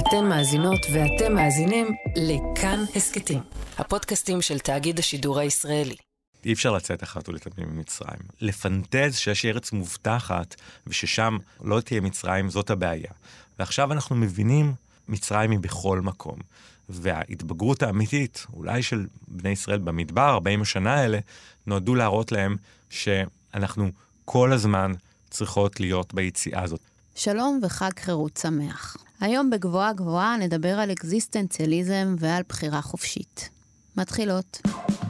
אתן מאזינות ואתם מאזינים לכאן הסקטים, הפודקאסטים של תאגיד השידור הישראלי. אי אפשר לצאת אחת ולתמיד ממצרים. לפנטז שיש ארץ מובטחת וששם לא תהיה מצרים, זאת הבעיה. ועכשיו אנחנו מבינים, מצרים היא בכל מקום. וההתבגרות האמיתית, אולי של בני ישראל במדבר, 40 השנה האלה, נועדו להראות להם שאנחנו כל הזמן צריכות להיות ביציאה הזאת. שלום וחג חירות שמח. היום בגבוהה גבוהה נדבר על אקזיסטנציאליזם ועל בחירה חופשית. מתחילות.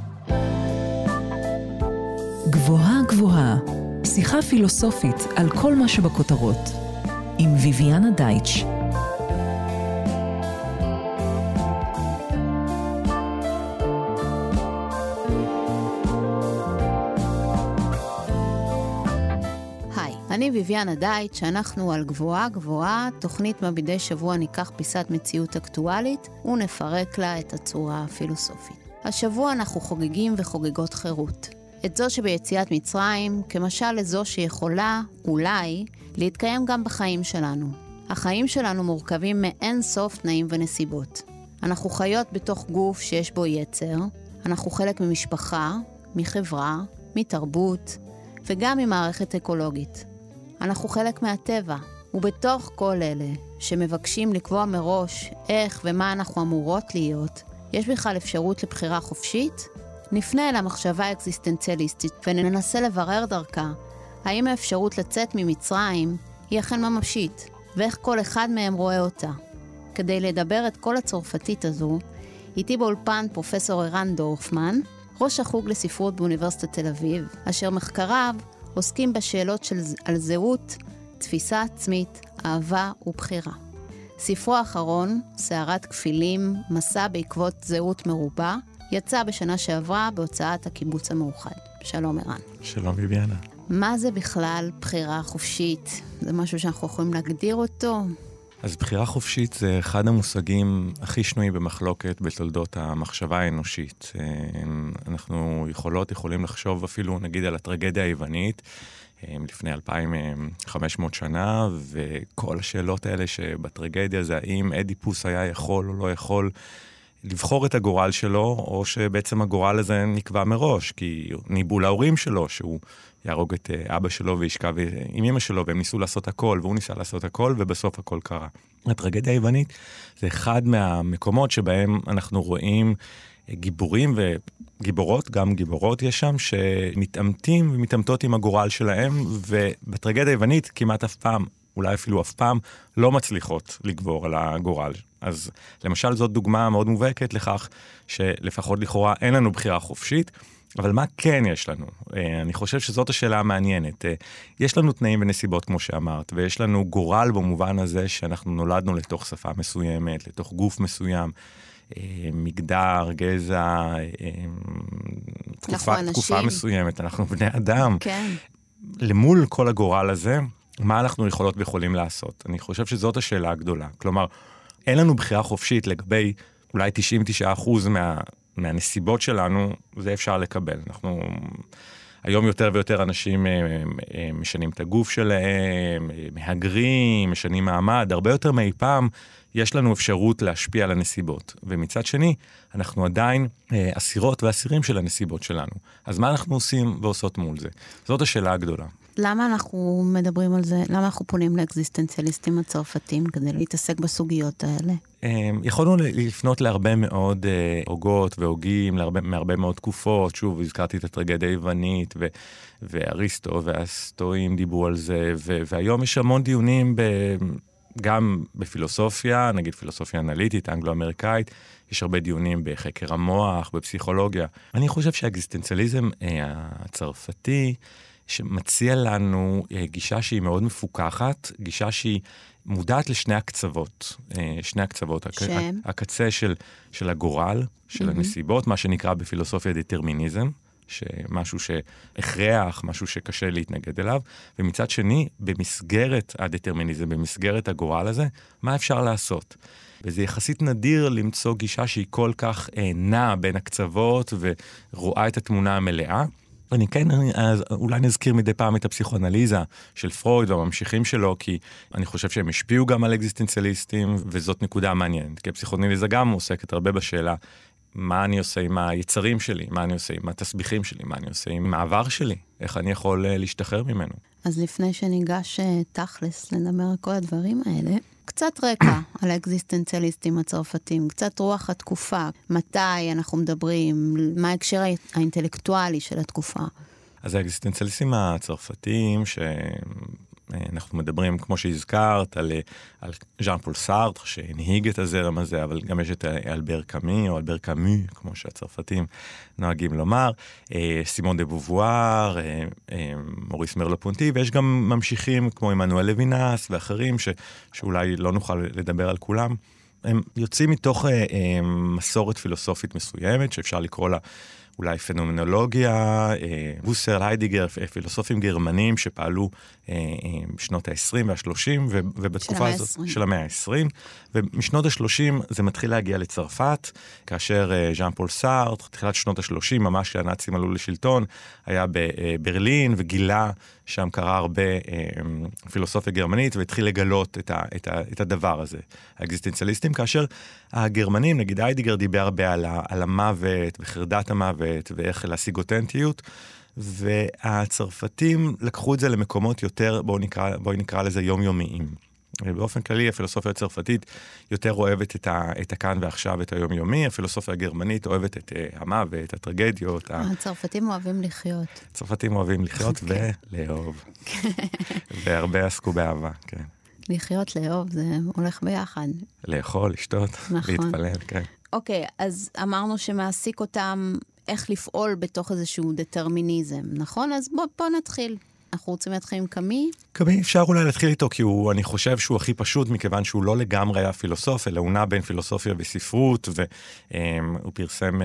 גבוהה גבוהה, שיחה פילוסופית על כל מה שבכותרות, עם ויויאנה דייטש. אני ויויאנה דייטש, שאנחנו על גבוהה גבוהה, תוכנית מה מדי שבוע ניקח פיסת מציאות אקטואלית ונפרק לה את הצורה הפילוסופית. השבוע אנחנו חוגגים וחוגגות חירות. את זו שביציאת מצרים, כמשל לזו שיכולה, אולי, להתקיים גם בחיים שלנו. החיים שלנו מורכבים מאין סוף תנאים ונסיבות. אנחנו חיות בתוך גוף שיש בו יצר, אנחנו חלק ממשפחה, מחברה, מתרבות, וגם ממערכת אקולוגית. אנחנו חלק מהטבע, ובתוך כל אלה שמבקשים לקבוע מראש איך ומה אנחנו אמורות להיות, יש בכלל אפשרות לבחירה חופשית? נפנה אל המחשבה האקזיסטנציאליסטית וננסה לברר דרכה האם האפשרות לצאת ממצרים היא אכן ממשית, ואיך כל אחד מהם רואה אותה. כדי לדבר את כל הצרפתית הזו, איתי באולפן פרופסור ערן דורפמן, ראש החוג לספרות באוניברסיטת תל אביב, אשר מחקריו עוסקים בשאלות על זהות, תפיסה עצמית, אהבה ובחירה. ספרו האחרון, שערת כפילים, מסע בעקבות זהות מרובה, יצא בשנה שעברה בהוצאת הקיבוץ המאוחד. שלום ערן. שלום ויויאנה. מה זה בכלל בחירה חופשית? זה משהו שאנחנו יכולים להגדיר אותו? אז בחירה חופשית זה אחד המושגים הכי שנויים במחלוקת בתולדות המחשבה האנושית. אנחנו יכולים לחשוב אפילו נגיד על הטרגדיה היוונית לפני 2500 שנה, וכל השאלות האלה שבטרגדיה זה האם אדיפוס היה יכול או לא יכול לבחור את הגורל שלו, או שבעצם הגורל הזה נקבע מראש, כי ניבאו להורים שלו שהוא יהרוג את אבא שלו וישכב עם אמא שלו, והם ניסו לעשות הכל, והוא ניסה לעשות הכל, ובסוף הכל קרה. הטרגדיה היוונית זה אחד מהמקומות שבהם אנחנו רואים גיבורים וגיבורות, גם גיבורות יש שם, שמתעמתים ומתעמתות עם הגורל שלהם, ובטרגדיה היוונית כמעט אף פעם, אולי אפילו אף פעם, לא מצליחות לגבור על הגורל. אז למשל זאת דוגמה מאוד מובהקת לכך שלפחות לכאורה אין לנו בחירה חופשית, אבל מה כן יש לנו? אני חושב שזאת השאלה המעניינת. יש לנו תנאים ונסיבות כמו שאמרת, ויש לנו גורל במובן הזה שאנחנו נולדנו לתוך שפה מסוימת, לתוך גוף מסוים, מגדר, גזע, תקופה מסוימת, אנחנו בני אדם. כן. למול כל הגורל הזה, מה אנחנו יכולים לעשות? אני חושב שזאת השאלה הגדולה. כלומר, אין לנו בחירה חופשית לגבי אולי 99% מהנסיבות שלנו, זה אפשר לקבל. אנחנו, היום יותר ויותר אנשים משנים את הגוף שלהם, מהגרים, משנים מעמד, הרבה יותר מאי פעם יש לנו אפשרות להשפיע על הנסיבות. ומצד שני, אנחנו עדיין אסירות ואסירים של הנסיבות שלנו. אז מה אנחנו עושים ועושות מול זה? זאת השאלה הגדולה. למה אנחנו מדברים על זה? למה אנחנו פונים לאקזיסטנציאליסטים הצרפתים כדי להתעסק בסוגיות האלה? יכולנו לפנות להרבה מאוד הוגות והוגים, מהרבה מאוד תקופות. שוב, הזכרתי את הטרגדיה היוונית, ואריסטו והסטואים דיברו על זה, והיום יש המון דיונים גם בפילוסופיה, נגיד פילוסופיה אנליטית, אנגלו-אמריקאית, יש הרבה דיונים בחקר המוח, בפסיכולוגיה. אני חושב שהאקזיסטנציאליזם הצרפתי, שמציע לנו גישה שהיא מאוד מפוקחת, גישה שהיא מודעת לשני הקצוות. שני הקצוות, הקצה של הגורל, של הנסיבות, מה שנקרא בפילוסופיה דטרמיניזם, שמשהו שהכרח, משהו שקשה להתנגד אליו, ומצד שני, במסגרת הדטרמיניזם, במסגרת הגורל הזה, מה אפשר לעשות? וזה יחסית נדיר למצוא גישה שהיא כל כך נעה בין הקצוות, ורואה את התמונה המלאה. אז אולי נזכיר מדי פעם את הפסיכואנליזה של פרויד והממשיכים שלו, כי אני חושב שהם השפיעו גם על אקזיסטנציאליסטים, וזאת נקודה מעניינת. כי הפסיכואנליזה גם עוסקת הרבה בשאלה, מה אני עושה עם היצרים שלי, מה אני עושה עם התסביכים שלי, מה אני עושה עם העבר שלי, איך אני יכול להשתחרר ממנו. אז לפני שניגש תכלס לדבר על כל הדברים האלה, קצת רקע על האקזיסטנציאליסטים הצרפתים, קצת רוח התקופה, מתי אנחנו מדברים, מה ההקשר האינטלקטואלי של התקופה. אז האקזיסטנציאליסטים הצרפתים, שאנחנו מדברים, כמו שהזכרת, על ז'אן פול סארטר, שהנהיג את הזרם הזה, אבל גם יש את אלבר קאמי, או אלבר קאמי, כמו שהצרפתים נוהגים לומר, סימון דה בובואר, מוריס מרלו-פונטי, ויש גם ממשיכים כמו עמנואל לוינס ואחרים, שאולי לא נוכל לדבר על כולם. הם יוצאים מתוך מסורת פילוסופית מסוימת, שאפשר לקרוא לה אולי פנומנולוגיה, הוסרל, היידיגר, פילוסופים גרמנים שפעלו בשנות ה-20 וה-30, ובתקופה הזאת של המאה ה-20, ומשנות ה-30 זה מתחיל להגיע לצרפת, כאשר ז'אן פול סארטר, תחילת שנות ה-30, ממש כשהנאצים עלו לשלטון, היה בברלין וגילה, שם קרה הרבה פילוסופיה גרמנית, והתחיל לגלות את הדבר הזה, האקזיסטנציאליסטים, כאשר הגרמנים, נגיד היידיגר דיבר הרבה על המוות וחרדת המוות, ואיך להשיג אותנטיות, והצרפתים לקחו את זה למקומות יותר, בואי נקרא לזה יומיומיים. ובאופן כללי, הפילוסופיה הצרפתית יותר אוהבת את הכאן ועכשיו, את היומיומי, הפילוסופיה הגרמנית אוהבת את המוות, הטרגדיות. הצרפתים אוהבים לחיות. הצרפתים אוהבים לחיות ולאהוב. והרבה עסקו באהבה, כן. לחיות, לאהוב, זה הולך ביחד. לאכול, לשתות, להתפלל, כן. אוקיי, אז אמרנו שמעסיק אותם איך לפעול בתוך איזשהו דטרמיניזם, נכון? אז בוא נתחיל. אנחנו רוצים להתחיל עם קאמי? קאמי אפשר אולי להתחיל איתו, כי אני חושב שהוא הכי פשוט, מכיוון שהוא לא לגמרי היה פילוסוף, אלא הוא נע בין פילוסופיה וספרות, והוא פרסם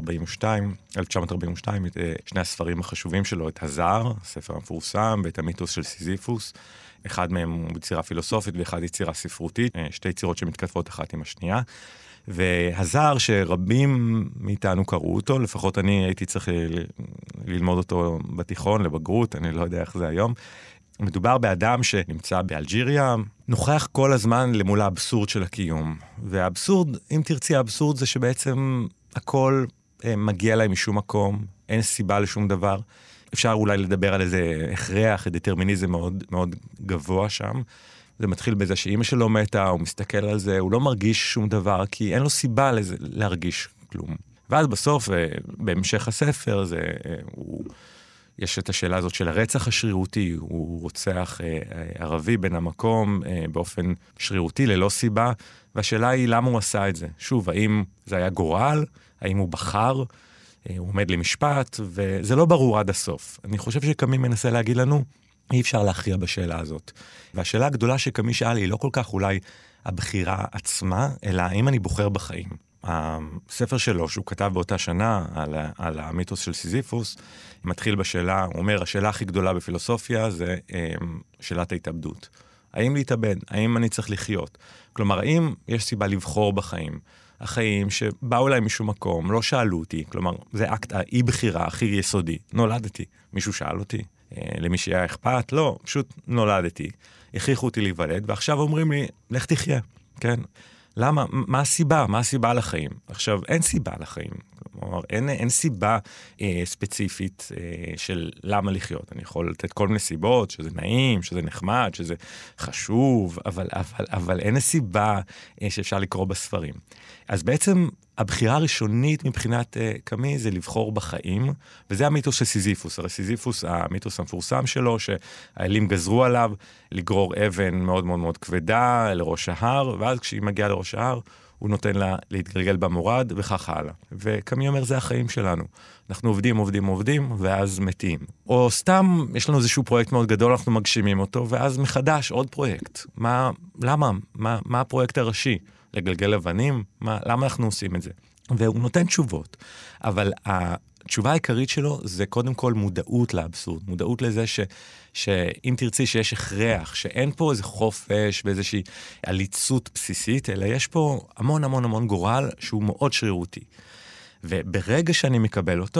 ב-1942, את שני הספרים החשובים שלו, את הזר, הספר המפורסם, ואת המיתוס של סיזיפוס. אחד מהם הוא יצירה פילוסופית, ואחד יצירה ספרותית, שתי יצירות שמתכתבות אחת עם השנייה. והזר שרבים מאיתנו קראו אותו, לפחות אני הייתי צריך ללמוד אותו בתיכון, לבגרות, אני לא יודע איך זה היום. מדובר באדם שנמצא באלג'יריה, נוכח כל הזמן למול האבסורד של הקיום. והאבסורד, אם תרצי, האבסורד זה שבעצם הכל מגיע להם משום מקום, אין סיבה לשום דבר. אפשר אולי לדבר על איזה הכרח, דטרמיניזם מאוד, מאוד גבוה שם. זה מתחיל בזה שאמא שלו מתה, הוא מסתכל על זה, הוא לא מרגיש שום דבר, כי אין לו סיבה להרגיש כלום. ואז בסוף, בהמשך הספר, יש את השאלה הזאת של הרצח השרירותי, הוא רוצח ערבי בין המקום, באופן שרירותי, ללא סיבה, והשאלה היא למה הוא עשה את זה. שוב, האם זה היה גורל, האם הוא בחר, הוא עומד למשפט, וזה לא ברור עד הסוף. אני חושב שקאמי מנסה להגיד לנו, אי אפשר להכריע בשאלה הזאת. והשאלה הגדולה שקאמי שאל היא לא כל כך אולי הבחירה עצמה, אלא האם אני בוחר בחיים. הספר שלו, שהוא כתב באותה שנה על המיתוס של סיזיפוס, מתחיל בשאלה, הוא אומר, השאלה הכי גדולה בפילוסופיה זה שאלת ההתאבדות. האם להתאבד? האם אני צריך לחיות? כלומר, האם יש סיבה לבחור בחיים? החיים שבאו אליי משום מקום, לא שאלו אותי, כלומר, זה אקט האי-בחירה הכי יסודי. נולדתי. מישהו שאל אותי? למי שהיה אכפת? לא, פשוט נולדתי. הכריחו אותי להיוולד, ועכשיו אומרים לי, לך תחיה, כן? למה? מה הסיבה? מה הסיבה לחיים? עכשיו, אין סיבה לחיים. כלומר, אין סיבה ספציפית של למה לחיות. אני יכול לתת כל מיני סיבות, שזה נעים, שזה נחמד, שזה חשוב, אבל אין סיבה שאפשר לקרוא בספרים. אז בעצם הבחירה הראשונית מבחינת קאמי זה לבחור בחיים, וזה המיתוס של סיזיפוס. הרי סיזיפוס, המיתוס המפורסם שלו, שהאלים גזרו עליו לגרור אבן מאוד מאוד מאוד כבדה לראש ההר, ואז כשהיא מגיעה לראש ההר, הוא נותן לה להתגלגל במורד, וכך הלאה. וקאמי אומר, זה החיים שלנו. אנחנו עובדים, ואז מתים. או סתם, יש לנו איזשהו פרויקט מאוד גדול, אנחנו מגשימים אותו, ואז מחדש עוד פרויקט. למה? מה הפרויקט הראשי? לגלגל אבנים? למה אנחנו עושים את זה? והוא נותן תשובות. אבל התשובה העיקרית שלו זה קודם כל מודעות לאבסורד. מודעות לזה שאם תרצי שיש הכרח, שאין פה איזה חופש ואיזושהי עליצות בסיסית, אלא יש פה המון המון המון גורל שהוא מאוד שרירותי. וברגע שאני מקבל אותו,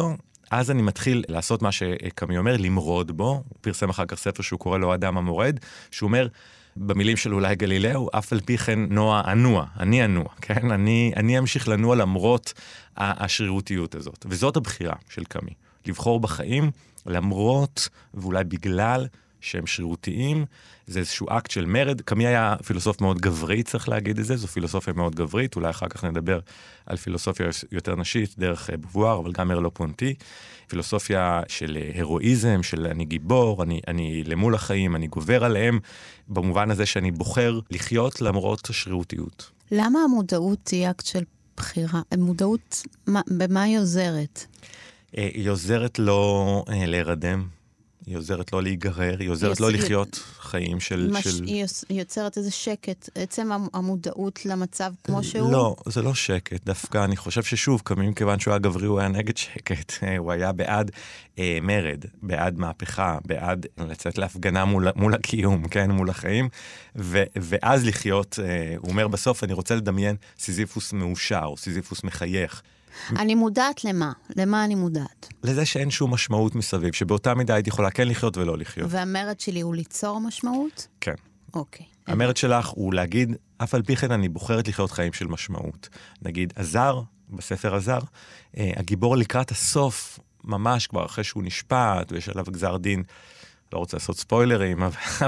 אז אני מתחיל לעשות מה שקמי אומר, למרוד בו. הוא פרסם אחר כך ספר שהוא קורא לו אדם המורד, שהוא אומר, במילים של אולי גלילאו, אף על פי כן נוע אנוע, אני אנוע, כן? אני אמשיך לנוע למרות השרירותיות הזאת. וזאת הבחירה של קמי. לבחור בחיים, למרות ואולי בגלל שהם שרירותיים, זה איזשהו אקט של מרד. קמי היה פילוסוף מאוד גברי, צריך להגיד את זה, זו פילוסופיה מאוד גברית, אולי אחר כך נדבר על פילוסופיה יותר נשית, דרך בובואר, אבל גם מרלו פונטי, פילוסופיה של הרואיזם, של אני גיבור, אני למול החיים, אני גובר עליהם, במובן הזה שאני בוחר לחיות למרות השרירותיות. למה המודעות היא אקט של בחירה? המודעות, במה היא עוזרת? היא עוזרת לא להירדם, היא עוזרת לא להיגרר, היא עוזרת לא לחיות חיים של... היא יוצרת איזה שקט, עצם המודעות למצב כמו שהוא? לא, זה לא שקט, דווקא אני חושב ששוב, קמים כיוון שהוא היה גברי, הוא היה נגד שקט, הוא היה בעד מרד, בעד מהפכה, בעד לצאת להפגנה מול הקיום, כן, מול החיים, ואז לחיות, הוא אומר בסוף, אני רוצה לדמיין סיזיפוס מאושר, סיזיפוס מחייך, אני מודעת למה? למה אני מודעת? לזה שאין שום משמעות מסביב, שבאותה מידה הייתי יכולה כן לחיות ולא לחיות. והמרד שלי הוא ליצור משמעות? כן. אוקיי. המרד שלך הוא להגיד, אף על פי כן אני בוחרת לחיות חיים של משמעות. נגיד, הזר, בספר הזר, הגיבור לקראת הסוף, ממש כבר אחרי שהוא נשפט, ויש עליו גזר דין, לא רוצה לעשות ספוילרים,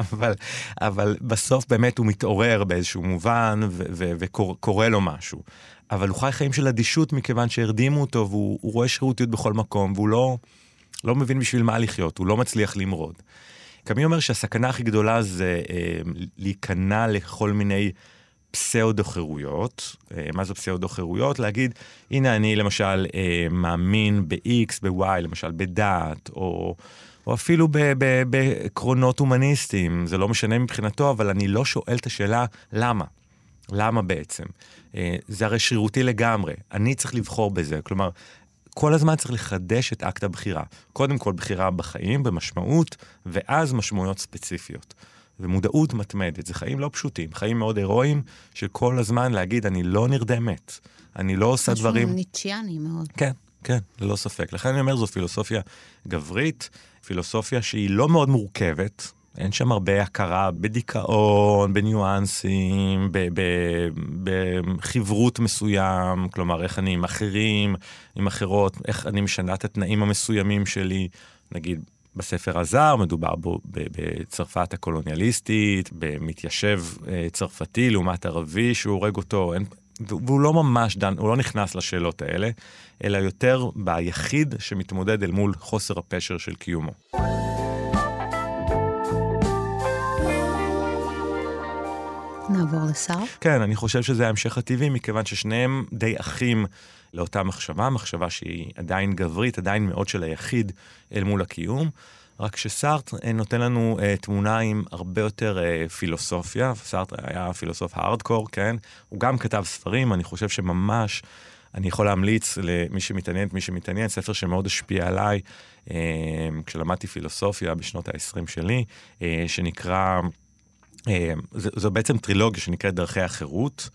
אבל בסוף באמת הוא מתעורר באיזשהו מובן, וקורא לו משהו. אבל הוא חי חיים של אדישות מכיוון שהרדימו אותו, והוא רואה שרירותיות בכל מקום, והוא לא מבין בשביל מה לחיות, הוא לא מצליח למרוד. קמי אומר שהסכנה הכי גדולה זה להיכנע לכל מיני פסאודו-חירויות. מה זה פסאודו-חירויות? להגיד, הנה אני למשל מאמין ב-X, ב-Y, למשל בדעת, או אפילו בעקרונות הומניסטיים. זה לא משנה מבחינתו, אבל אני לא שואל את השאלה למה. למה בעצם? זה הרי שרירותי לגמרי. אני צריך לבחור בזה. כלומר, כל הזמן צריך לחדש את אקט הבחירה. קודם כל בחירה בחיים, במשמעות, ואז משמעויות ספציפיות. ומודעות מתמדת. זה חיים לא פשוטים, חיים מאוד הירואיים, שכל הזמן להגיד, אני לא נרדמת. אני לא עושה דברים... משהו ניטשיאני מאוד. כן, כן, ללא ספק. לכן אני אומר, זו פילוסופיה גברית, פילוסופיה שהיא לא מאוד מורכבת, אין שם הרבה הכרה בדיכאון, בניואנסים, בחברות מסוים, כלומר, איך אני עם אחרים, עם אחרות, איך אני משנה את התנאים המסוימים שלי, נגיד, בספר הזר מדובר בו בצרפת הקולוניאליסטית, במתיישב צרפתי לעומת ערבי שהוא הורג אותו, והוא לא ממש דן, הוא לא נכנס לשאלות האלה, אלא יותר ביחיד שמתמודד אל מול חוסר הפשר של קיומו. נעבור לסארטר? כן, אני חושב שזה ההמשך הטבעי, מכיוון ששניהם די אחים לאותה מחשבה שהיא עדיין גברית, עדיין מאוד של היחיד אל מול הקיום, רק שסארטר נותן לנו תמונה עם הרבה יותר פילוסופיה, סארטר היה פילוסוף הארדקור, כן? הוא גם כתב ספרים, אני חושב שממש, אני יכול להמליץ למי שמתעניין, ספר שמאוד השפיע עליי, כשלמדתי פילוסופיה בשנות ה-20 שלי, שנקרא... זו בעצם טרילוגיה שנקראת דרכי החירות,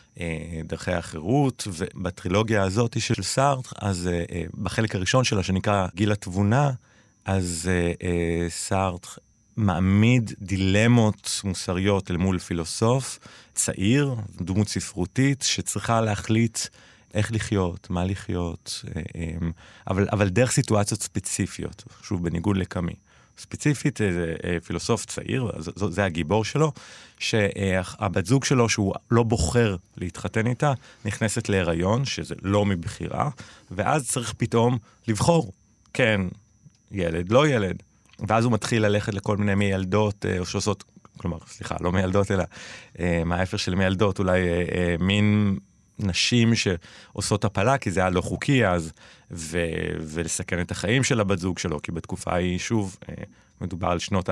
ובטרילוגיה הזאת של סארטר, אז בחלק הראשון שלה שנקרא גיל התבונה, אז סארטר מעמיד דילמות מוסריות אל מול פילוסוף צעיר, דמות ספרותית, שצריכה להחליט איך לחיות, מה לחיות, אבל דרך סיטואציות ספציפיות, שוב בניגוד לקמי. ספציפית, פילוסוף צעיר, זה הגיבור שלו, שהבת זוג שלו, שהוא לא בוחר להתחתן איתה, נכנסת להיריון, שזה לא מבחירה, ואז צריך פתאום לבחור, כן, ילד, לא ילד. ואז הוא מתחיל ללכת לכל מיני מיילדות, או שעושות, כלומר, סליחה, לא מיילדות, אלא מהאפר של מיילדות, אולי מין... נשים שעושות הפלה, כי זה היה לא חוקי אז, ולסכן את החיים של הבת זוג שלו, כי בתקופה ההיא, שוב, מדובר על שנות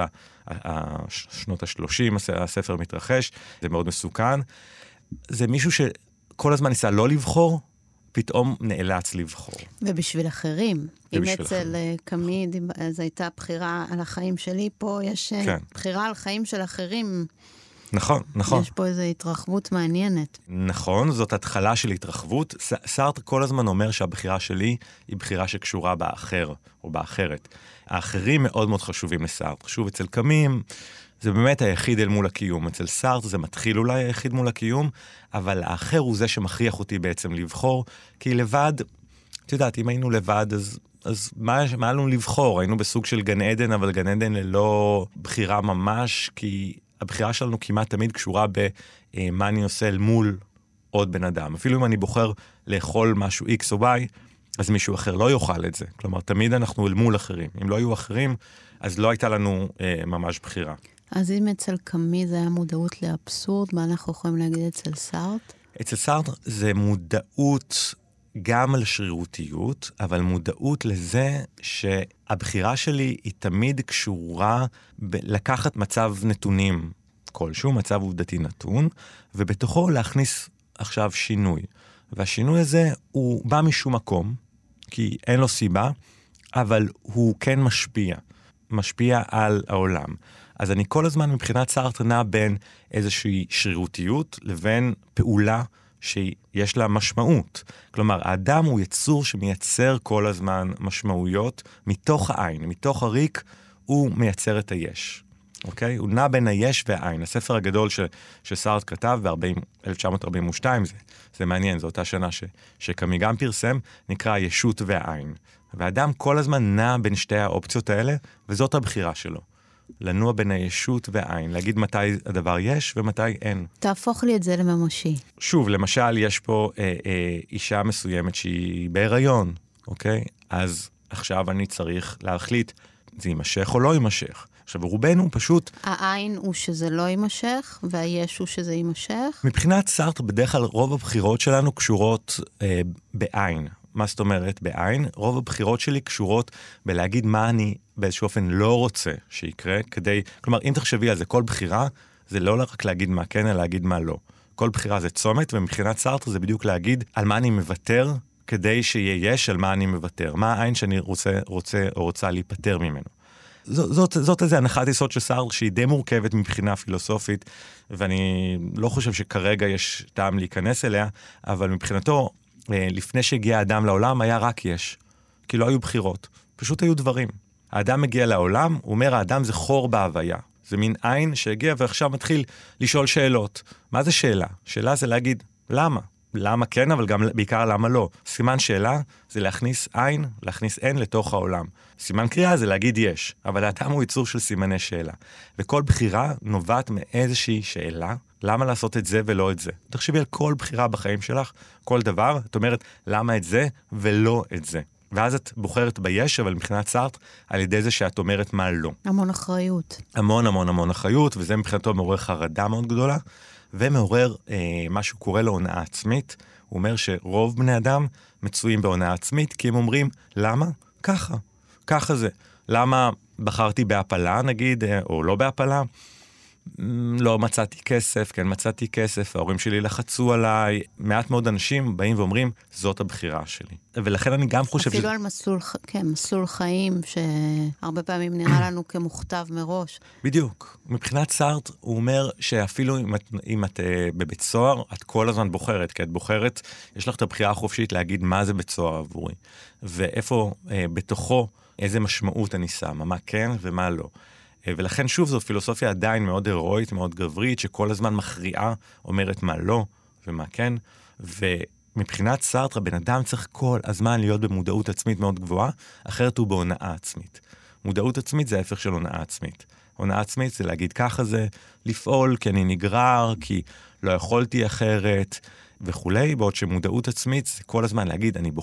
ה-30, הספר מתרחש, זה מאוד מסוכן. זה מישהו שכל הזמן ניסה לא לבחור, פתאום נאלץ לבחור. ובשביל אחרים. אם אצל קמי, זו הייתה בחירה על החיים שלי, פה יש בחירה על חיים של אחרים. נכון, נכון. יש פה איזו התרחבות מעניינת. נכון, זאת התחלה של התרחבות. סארטר כל הזמן אומר שהבחירה שלי היא בחירה שקשורה באחר או באחרת. האחרים מאוד מאוד חשובים לסארטר. שוב, אצל קמים זה באמת היחיד אל מול הקיום. אצל סארטר זה מתחיל אולי היחיד מול הקיום, אבל האחר הוא זה שמכריח אותי בעצם לבחור, כי לבד, את יודעת, אם היינו לבד, אז מה היה לנו לבחור? היינו בסוג של גן עדן, אבל גן עדן ללא בחירה ממש, כי הבחירה שלנו כמעט תמיד קשורה במה אני עושה אל מול עוד בן אדם. אפילו אם אני בוחר לאכול משהו X או Y, אז מישהו אחר לא יאכל את זה. כלומר, תמיד אנחנו אל מול אחרים. אם לא היו אחרים, אז לא הייתה לנו ממש בחירה. אז אם אצל קמי זה היה מודעות לאבסורד, מה אנחנו יכולים להגיד אצל סארט? אצל סארט זה מודעות גם על שרירותיות, אבל מודעות לזה שהבחירה שלי היא תמיד קשורה לקחת מצב נתונים כלשהו, מצב עובדתי נתון, ובתוכו להכניס עכשיו שינוי. והשינוי הזה הוא בא משום מקום, כי אין לו סיבה, אבל הוא כן משפיע על העולם. אז אני כל הזמן מבחינת סארט נע בין איזושהי שרירותיות לבין פעולה שיש לה משמעות. כלומר, האדם הוא יצור שמייצר כל הזמן משמעויות מתוך העין, מתוך הריק הוא מייצר את היש. אוקיי? הוא נע בין היש והעין. הספר הגדול שסארט כתב ב-1942, זה מעניין, זו אותה שנה שקמי גם פרסם, נקרא הישות והעין. והאדם כל הזמן נע בין שתי האופציות האלה, וזאת הבחירה שלו. לנוע בין הישות והעין, להגיד מתי הדבר יש ומתי אין. תהפוך לי את זה לממשי. שוב, למשל, יש פה אישה מסוימת שהיא בהיריון, אוקיי? אז עכשיו אני צריך להחליט, זה יימשך או לא יימשך. עכשיו, רובנו פשוט... העין הוא שזה לא יימשך, והיש הוא שזה יימשך. מבחינת סארט, בדרך כלל רוב הבחירות שלנו קשורות בעין. מה זאת אומרת בעין? רוב הבחירות שלי קשורות בלהגיד מה אני באיזשהו אופן לא רוצה שיקרה, כדי... כלומר, אם תחשבי על זה, כל בחירה זה לא רק להגיד מה כן, אלא להגיד מה לא. כל בחירה זה צומת, ומבחינת סארט זה בדיוק להגיד על מה אני מוותר, כדי שיהיה יש על מה אני מוותר. מה העין שאני רוצה להיפטר ממנו. זאת איזו הנחת יסוד של סארט שהיא די מורכבת מבחינה פילוסופית, ואני לא חושב שכרגע יש טעם להיכנס אליה, אבל מבחינתו, לפני שהגיע האדם לעולם, היה רק יש. כי לא היו בחירות. פשוט היו דברים. האדם מגיע לעולם, הוא אומר, האדם זה חור בהוויה. זה מין עין שהגיע ועכשיו מתחיל לשאול שאלות. מה זה שאלה? שאלה זה להגיד, למה? למה כן, אבל גם בעיקר למה לא. סימן שאלה זה להכניס עין, להכניס אין לתוך העולם. סימן קריאה זה להגיד יש, אבל האדם הוא ייצור של סימני שאלה. וכל בחירה נובעת מאיזושהי שאלה, למה לעשות את זה ולא את זה. תחשבי על כל בחירה בחיים שלך, כל דבר, את אומרת, למה את זה ולא את זה. ואז את בוחרת ביש, אבל מבחינת סארט, על ידי זה שאת אומרת מה לא. המון אחריות. המון אחריות, וזה מבחינתו מעורר חרדה מאוד גדולה, ומעורר מה שהוא קורא לו הונאה עצמית. הוא אומר שרוב בני אדם מצויים בהונאה עצמית, כי הם אומרים, למה? ככה זה. למה בחרתי בהפלה, נגיד, או לא בהפלה? לא מצאתי כסף, כן מצאתי כסף, ההורים שלי לחצו עליי, מעט מאוד אנשים באים ואומרים, זאת הבחירה שלי. ולכן אני גם חושב אפילו על מסלול חיים, שהרבה פעמים נראה לנו כמוכתב מראש. בדיוק. מבחינת סארט, הוא אומר שאפילו אם את בבית סוהר, את כל הזמן בוחרת, כי את בוחרת, יש לך את הבחירה החופשית להגיד מה זה בית סוהר עבורי, ואיפה בתוכו, איזה משמעות אני שמה, מה כן ומה לא. ולכן שוב זו פילוסופיה עדיין מאוד הירואית, מאוד גברית, שכל הזמן מכריעה, אומרת מה לא ומה כן, ומבחינת סארטר, בן אדם צריך כל הזמן להיות במודעות עצמית מאוד גבוהה, אחרת הוא בהונאה עצמית. מודעות עצמית זה ההפך של הונאה עצמית. הונאה עצמית זה להגיד ככה זה, לפעול כי אני נגרר, כי לא יכולתי אחרת, וכולי, בעוד שמודעות עצמית זה כל הזמן להגיד אני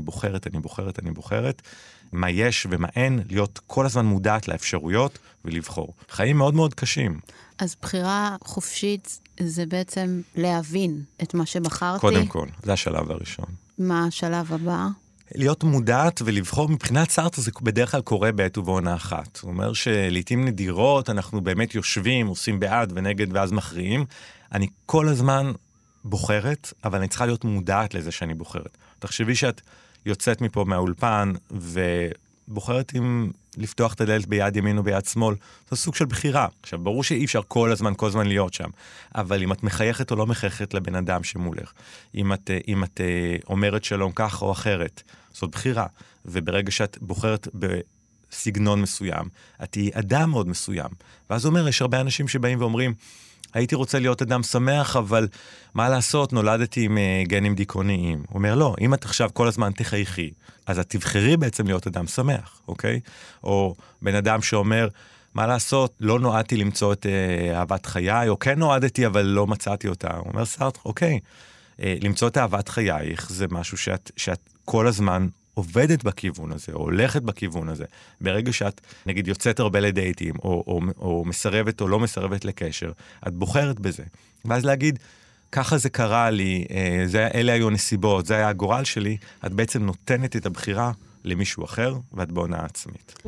בוחרת, מה יש ומה אין, להיות כל הזמן מודעת לאפשרויות ולבחור. חיים מאוד מאוד קשים. אז בחירה חופשית זה בעצם להבין את מה שבחרתי. קודם כל, זה השלב הראשון. מה השלב הבא? להיות מודעת ולבחור מבחינת סארטר זה בדרך כלל קורה בעת ובעונה אחת. הוא אומר שלעיתים נדירות אנחנו באמת יושבים, עושים בעד ונגד ואז מכריעים. אני כל הזמן בוחרת, אבל אני צריכה להיות מודעת לזה שאני בוחרת. תחשבי שאת יוצאת מפה מהאולפן בוחרת אם לפתוח את הדלת ביד ימין או ביד שמאל, זה סוג של בחירה. עכשיו, ברור שאי אפשר כל הזמן להיות שם, אבל אם את מחייכת או לא מחייכת לבן אדם שמולך, אם את אומרת שלום כך או אחרת, זאת בחירה. וברגע שאת בוחרת בסגנון מסוים, את תהיי אדם מאוד מסוים. ואז אומר, יש הרבה אנשים שבאים ואומרים, הייתי רוצה להיות אדם שמח, אבל מה לעשות, נולדתי עם גנים דיכאוניים. הוא אומר, לא, אם את עכשיו כל הזמן תחייכי, אז את תבחרי בעצם להיות אדם שמח, אוקיי? או בן אדם שאומר, מה לעשות, לא נועדתי למצוא את אהבת חיי, או כן נועדתי, אבל לא מצאתי אותה. הוא אומר, סארטר, אוקיי, למצוא את אהבת חייך, זה משהו שאת כל הזמן עובדת בכיוון הזה, או הולכת בכיוון הזה. ברגע שאת, נגיד, יוצאת הרבה לדייטים, או מסרבת או לא מסרבת לקשר, את בוחרת בזה. ואז להגיד, ככה זה קרה לי, אלה היו הנסיבות, זה היה הגורל שלי, את בעצם נותנת את הבחירה למישהו אחר, ואת בהונאה עצמית.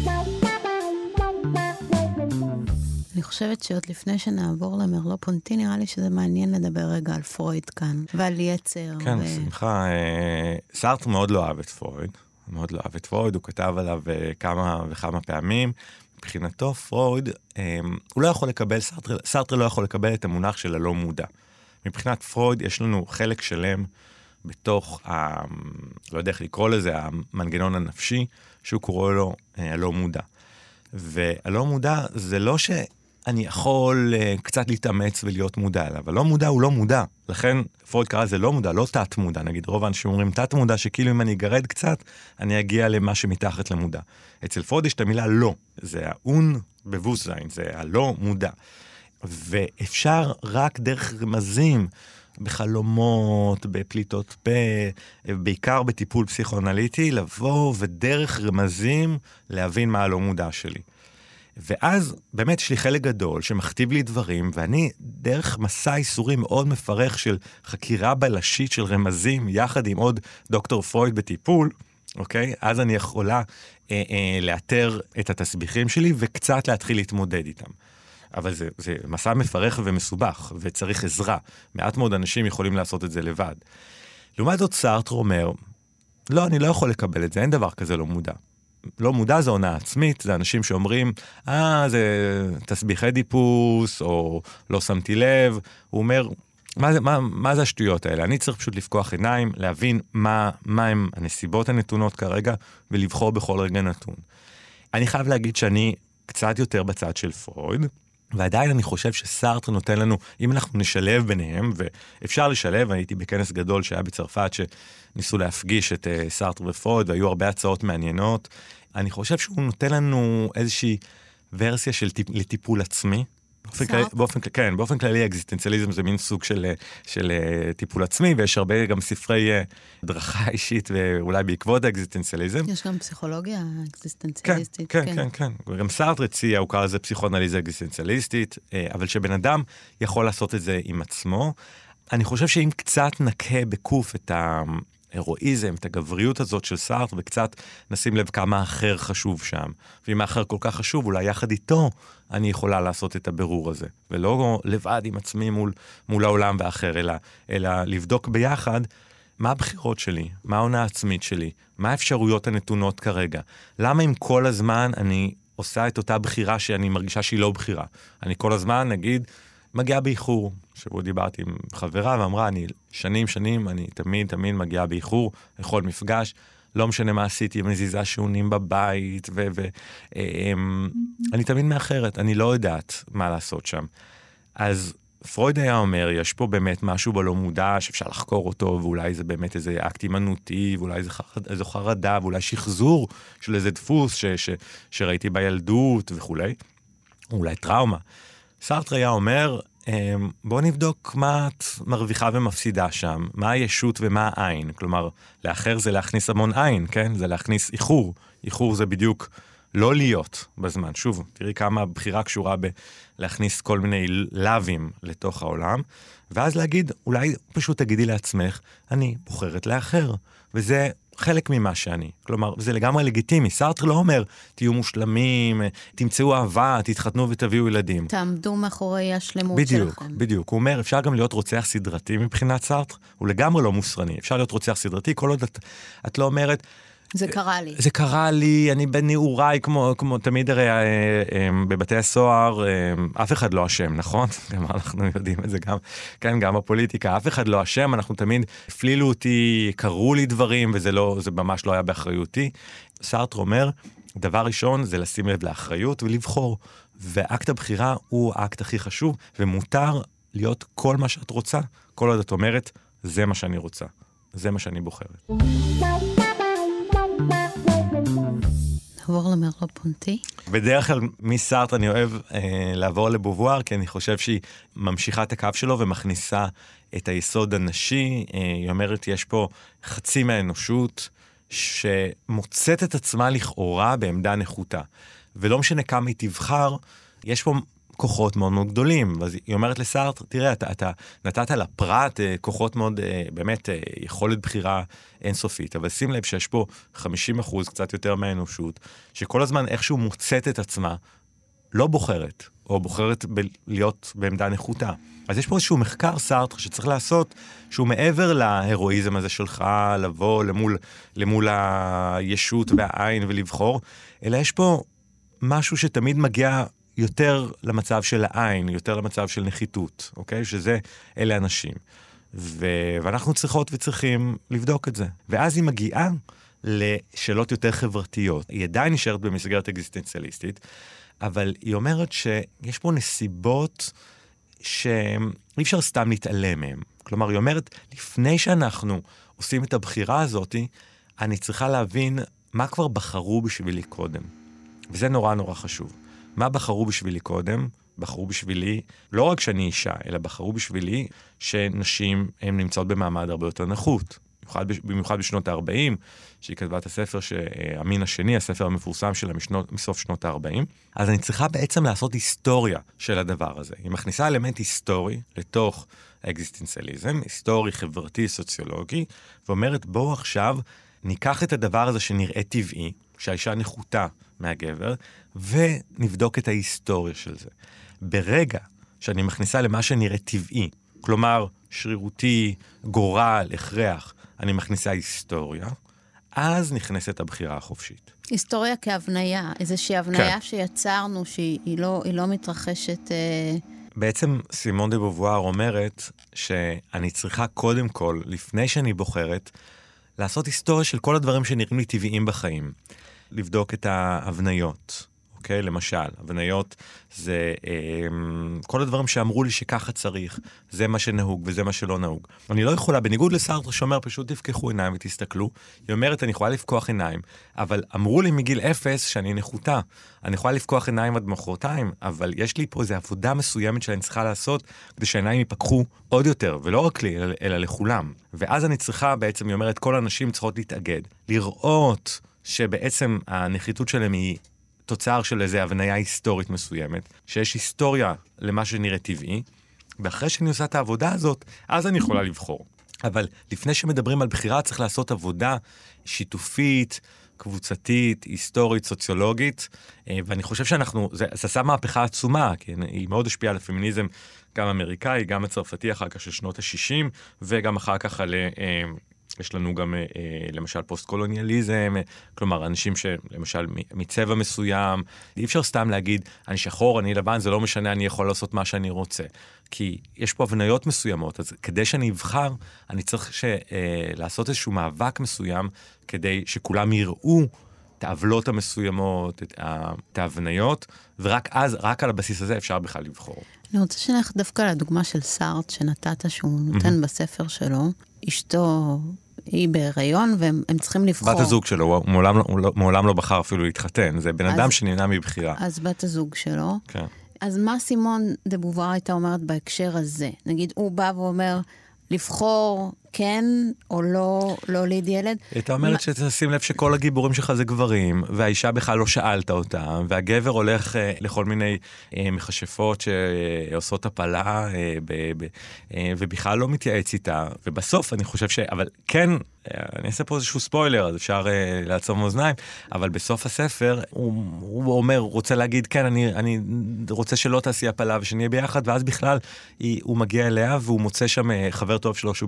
אני חושבת שעוד לפני שנעבור למרלו פונטי, נראה לי שזה מעניין לדבר רגע על פרויד כאן, ועל יצר. כן, שמחה. סארטר מאוד לא אהב את פרויד. מאוד לא אהב את פרויד, הוא כתב עליו כמה וכמה פעמים. מבחינתו, פרויד, הוא לא יכול לקבל, סארטר לא יכול לקבל את המונח של הלא מודע. מבחינת פרויד, יש לנו חלק שלם בתוך, לא יודע איך לקרוא לזה, המנגנון הנפשי, שהוא קורא לו הלא מודע. והלא מודע זה לא שאני יכול קצת להתאמץ ולהיות מודע אליו, אבל לא מודע הוא לא מודע. לכן פרויד קרא זה לא מודע, לא תת מודע. נגיד רוב האנשים אומרים תת מודע, שכאילו אם אני אגרד קצת, אני אגיע למה שמתחת למודע. אצל פרויד יש את המילה לא, זה האון בבוסזיין, זה הלא מודע. ואפשר רק דרך רמזים, בחלומות, בפליטות פה, בעיקר בטיפול פסיכואנליטי, לבוא ודרך רמזים להבין מה הלא מודע שלי. ואז באמת יש לי חלק גדול שמכתיב לי דברים, ואני דרך מסע איסורי מאוד מפרך של חקירה בלשית של רמזים, יחד עם עוד דוקטור פרויד בטיפול, אוקיי? אז אני יכולה לאתר את התסביכים שלי וקצת להתחיל להתמודד איתם. אבל זה מסע מפרך ומסובך, וצריך עזרה. מעט מאוד אנשים יכולים לעשות את זה לבד. לעומת זאת, סארטר אומר, לא, אני לא יכול לקבל את זה, אין דבר כזה לא מודע. לא מודע זה הונאה עצמית, זה אנשים שאומרים, זה תסביכי דיפוס, או לא שמתי לב. הוא אומר, מה זה השטויות האלה? אני צריך פשוט לפקוח עיניים, להבין מה הם הנסיבות הנתונות כרגע, ולבחור בכל רגע נתון. אני חייב להגיד שאני קצת יותר בצד של פרויד, ועדיין אני חושב שסארטר נותן לנו, אם אנחנו נשלב ביניהם, ואפשר לשלב, הייתי בכנס גדול שהיה בצרפת, שניסו להפגיש את סארטר ופרויד, והיו הרבה הצעות מעניינות, אני חושב שהוא נותן לנו איזושהי ורסיה לטיפול עצמי, באופן כללי אקזיסטנציאליזם זה מין סוג של טיפול עצמי, ויש הרבה גם ספרי הדרכה אישית, ואולי בעקבות האקזיסטנציאליזם. יש גם פסיכולוגיה אקזיסטנציאליסטית. כן. גם סארטר הציע, הוא קרא לזה פסיכואנליזה אקזיסטנציאליסטית, אבל שבן אדם יכול לעשות את זה עם עצמו. אני חושב שאם קצת נקה בקוף את ההירואיזם, את הגבריות הזאת של סארטר, וקצת נשים לב כמה אחר חשוב שם. ואם האחר כל כך חשוב, אולי יחד איתו אני יכולה לעשות את הבירור הזה. ולא לבד עם עצמי מול העולם ואחר, אלא לבדוק ביחד מה הבחירות שלי, מה העונה העצמית שלי, מה האפשרויות הנתונות כרגע. למה אם כל הזמן אני עושה את אותה בחירה שאני מרגישה שהיא לא בחירה. אני כל הזמן, נגיד, מגיעה באיחור. שבו דיברתי עם חברה ואמרה, אני שנים, אני תמיד מגיעה באיחור, לכל מפגש, לא משנה מה עשיתי, מזיזה שעונים בבית, אני תמיד מאחרת, אני לא יודעת מה לעשות שם. אז פרויד היה אומר, יש פה באמת משהו בלא מודע, שאפשר לחקור אותו, ואולי זה באמת איזה אקט אימנותי, ואולי איזו חרדה, ואולי שחזור של איזה דפוס שראיתי בילדות וכולי, אולי טראומה. סארטר היה אומר, בוא נבדוק מה את מרוויחה ומפסידה שם, מה הישות ומה העין. כלומר, לאחר זה להכניס המון עין, כן? זה להכניס איחור. איחור זה בדיוק לא להיות בזמן. שוב, תראי כמה הבחירה קשורה בלהכניס כל מיני לבים לתוך העולם, ואז להגיד, אולי פשוט תגידי לעצמך, אני בוחרת לאחר. וזה חלק ממה שאני. כלומר, זה לגמרי לגיטימי. סארטר לא אומר, תהיו מושלמים, תמצאו אהבה, תתחתנו ותביאו ילדים. תעמדו מאחורי השלמות שלכם. בדיוק. הוא אומר, אפשר גם להיות רוצח סדרתי מבחינת סארטר, הוא לגמרי לא מוסרני. אפשר להיות רוצח סדרתי, כל עוד את לא אומרת, זה קרה לי. זה קרה לי, אני בנעוריי, כמו תמיד הרי בבתי הסוהר, אף אחד לא אשם, נכון? גם אנחנו יודעים את זה גם, כן, גם הפוליטיקה, אף אחד לא אשם, אנחנו תמיד הפלילו אותי, קראו לי דברים, זה ממש לא היה באחריותי. סארטר אומר, דבר ראשון זה לשים לב לאחריות ולבחור, ואקט הבחירה הוא האקט הכי חשוב, ומותר להיות כל מה שאת רוצה, כל עוד את אומרת, זה מה שאני רוצה, זה מה שאני בוחרת. נעבור למרלו פונטי. בדרך כלל מסארטר אני אוהב לעבור לבובואר, כי אני חושב שהיא ממשיכה את הקו שלו ומכניסה את היסוד הנשי. היא אומרת, יש פה חצי מהאנושות שמוצאת את עצמה לכאורה בעמדה נחותה. ולא משנה כמה היא תבחר, יש פה כוחות מאוד מאוד גדולים. אז היא אומרת לסארטר, תראה, אתה נתת לפרט כוחות מאוד, באמת, יכולת בחירה אינסופית, אבל שים לב שיש פה 50%, קצת יותר מהאנושות, שכל הזמן איכשהו מוצאת את עצמה, לא בוחרת, או בוחרת להיות בעמדה נחותה. אז יש פה איזשהו מחקר, סארטר, שצריך לעשות, שהוא מעבר להירואיזם הזה שלך, לבוא למול הישות והעין ולבחור, אלא יש פה משהו שתמיד מגיע יותר למצב של העין, יותר למצב של נחיתות, אוקיי? שזה, אלה אנשים. ואנחנו צריכות וצריכים לבדוק את זה. ואז היא מגיעה לשאלות יותר חברתיות. היא עדיין נשארת במסגרת אקזיסטנציאליסטית, אבל היא אומרת שיש פה נסיבות שאי אפשר סתם להתעלם מהם. כלומר, היא אומרת, לפני שאנחנו עושים את הבחירה הזאת, אני צריכה להבין מה כבר בחרו בשבילי קודם. וזה נורא נורא חשוב. מה בחרו בשבילי קודם? בחרו בשבילי, לא רק שאני אישה, אלא בחרו בשבילי שנשים הן נמצאות במעמד הרבה יותר נחות. במיוחד בשנות ה-40, שהיא כתבה את הספר המין השני, הספר המפורסם שלה מסוף שנות ה-40. אז אני צריכה בעצם לעשות היסטוריה של הדבר הזה. היא מכניסה אלמנט היסטורי לתוך האקזיסטנציאליזם, היסטורי, חברתי, סוציולוגי, ואומרת, בואו עכשיו ניקח את הדבר הזה שנראה טבעי, שהאישה נחותה מהגבר, ונבדוק את ההיסטוריה של זה. ברגע שאני מכניסה למה שנראה טבעי, כלומר, שרירותי, גורל, הכרח, אני מכניסה היסטוריה, אז נכנסת הבחירה החופשית. היסטוריה כהבניה, איזושהי הבניה שיצרנו, שהיא לא מתרחשת... בעצם סימון דה בובואר אומרת שאני צריכה קודם כל, לפני שאני בוחרת, לעשות היסטוריה של כל הדברים שנראים לי טבעיים בחיים. לבדוק את ההבניות, אוקיי? למשל, הבניות זה כל הדברים שאמרו לי שככה צריך, זה מה שנהוג וזה מה שלא נהוג. אני לא יכולה, בניגוד לסארטר שאומר, פשוט תפקחו עיניים ותסתכלו, היא אומרת, אני יכולה לפקוח עיניים, אבל אמרו לי מגיל 0 שאני נחותה. אני יכולה לפקוח עיניים עד מחרתיים, אבל יש לי פה איזו עבודה מסוימת שאני צריכה לעשות, כדי שהעיניים ייפקחו עוד יותר, ולא רק לי, אלא לכולם. ואז אני צריכה, בעצם, היא אומרת, כל האנשים צריכות להתאגד, לראות שבעצם הנחיתות שלהם היא תוצר של איזו הבניה היסטורית מסוימת, שיש היסטוריה למה שנראה טבעי, ואחרי שאני עושה את העבודה הזאת, אז אני יכולה לבחור. אבל לפני שמדברים על בחירה, צריך לעשות עבודה שיתופית, קבוצתית, היסטורית, סוציולוגית, ואני חושב זה עשה מהפכה עצומה, כי היא מאוד השפיעה על הפמיניזם, גם אמריקאי, גם הצרפתי אחר כך של שנות ה-60, וגם אחר כך על... יש לנו גם, למשל, פוסט-קולוניאליזם, כלומר, אנשים שלמשל מצבע מסוים, אי אפשר סתם להגיד, אני שחור, אני לבן, זה לא משנה, אני יכול לעשות מה שאני רוצה. כי יש פה הבניות מסוימות, אז כדי שאני אבחר, אני צריך לעשות איזשהו מאבק מסוים, כדי שכולם יראו את העוולות המסוימות, את ההבניות, ורק אז, רק על הבסיס הזה אפשר בכלל לבחור. אני רוצה שנלך דווקא לדוגמה של סארט, שנתת שהוא נותן בספר שלו, אשתו היא בהיריון, והם צריכים לבחור. בת הזוג שלו, הוא מעולם לא בחר אפילו להתחתן, זה בן אדם שנהנה מבחירה. אז בת הזוג שלו. כן. אז מה סימון דה בובואר הייתה אומרת בהקשר הזה? נגיד, הוא בא ואומר, לבחור כן או לא ליד ילד. הייתה אומרת שתשים לב שכל הגיבורים שלך זה גברים, והאישה בכלל לא שאלת אותה, והגבר הולך לכל מיני מכשפות שעושות הפלה, ובכלל לא מתייעץ איתה. ובסוף אני חושב אבל כן, אני אעשה פה איזשהו ספוילר, אז אפשר לעצום אוזניים, אבל בסוף הספר הוא אומר, רוצה להגיד, כן, אני רוצה שלא תעשי הפלה ושנהיה ביחד, ואז בכלל הוא מגיע אליה והוא מוצא שם חבר טוב שלו שהוא בכלל לא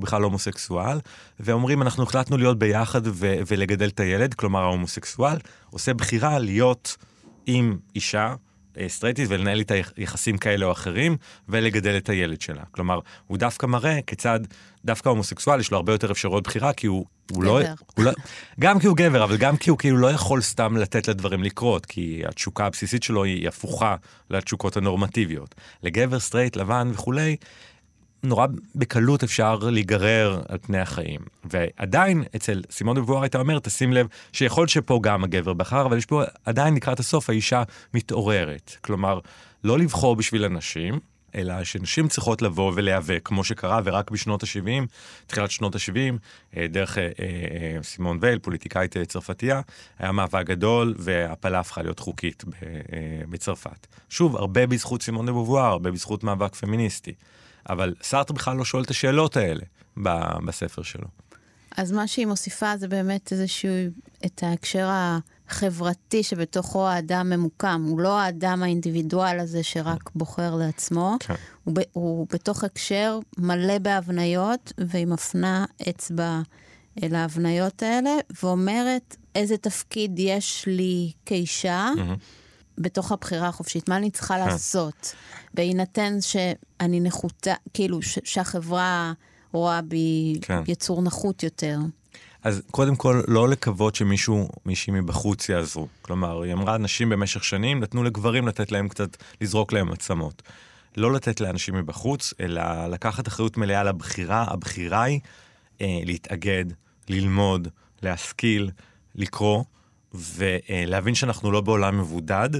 הומוסקסואל, ואומרים, אנחנו החלטנו להיות ביחד ולגדל את הילד, כלומר, ההומוסקסואל עושה בחירה להיות עם אישה סטרייטית ולנהל איתה יחסים כאלה או אחרים, ולגדל את הילד שלה. כלומר, הוא דווקא מראה כיצד דווקא ההומוסקסואל יש לו הרבה יותר אפשרויות בחירה, כי הוא לא, גם כי הוא גבר, אבל גם כי הוא כאילו לא יכול סתם לתת לדברים לקרות, כי התשוקה הבסיסית שלו היא הפוכה לתשוקות הנורמטיביות. לגבר, סטרייט, לבן וכולי, נורא בקלות אפשר להיגרר על פני החיים. ועדיין אצל סימון דה בובואר הייתה אומרת, תשים לב שיכול שפה גם הגבר בחר, אבל יש פה עדיין לקראת הסוף האישה מתעוררת. כלומר, לא לבחור בשביל אנשים, אלא שנשים צריכות לבוא ולהיאבק, כמו שקרה, ורק בשנות ה-70, תחילת שנות ה-70, דרך סימון וייל, פוליטיקאית צרפתייה, היה מאבק גדול, והפלה הפכה להיות חוקית בצרפת. שוב, הרבה בזכות סימון דה בובואר, הרבה בזכות מאבק פמיניסטי. אבל סארטר בכלל לא שואל את השאלות האלה בספר שלו. אז מה שהיא מוסיפה זה באמת איזשהו, את ההקשר החברתי שבתוכו האדם ממוקם. הוא לא האדם האינדיבידואל הזה שרק בוחר לעצמו. כן. הוא בתוך הקשר מלא בהבניות, והיא מפנה אצבע אל ההבניות האלה, ואומרת איזה תפקיד יש לי כאישה, בתוך הבחירה החופשית. מה אני צריכה לעשות? בהינתן שאני נחותה, כאילו שהחברה רואה בי יצור נחות יותר. אז קודם כל, לא לקוות מישהי מבחוץ יעזרו. כלומר, היא אמרה, אנשים במשך שנים נתנו לגברים לתת להם קצת, לזרוק להם עצמות. לא לתת לאנשים מבחוץ, אלא לקחת אחריות מלאה לבחירה. הבחירה היא להתאגד, ללמוד, להשכיל, לקרוא, ולהבין שאנחנו לא בעולם מבודד,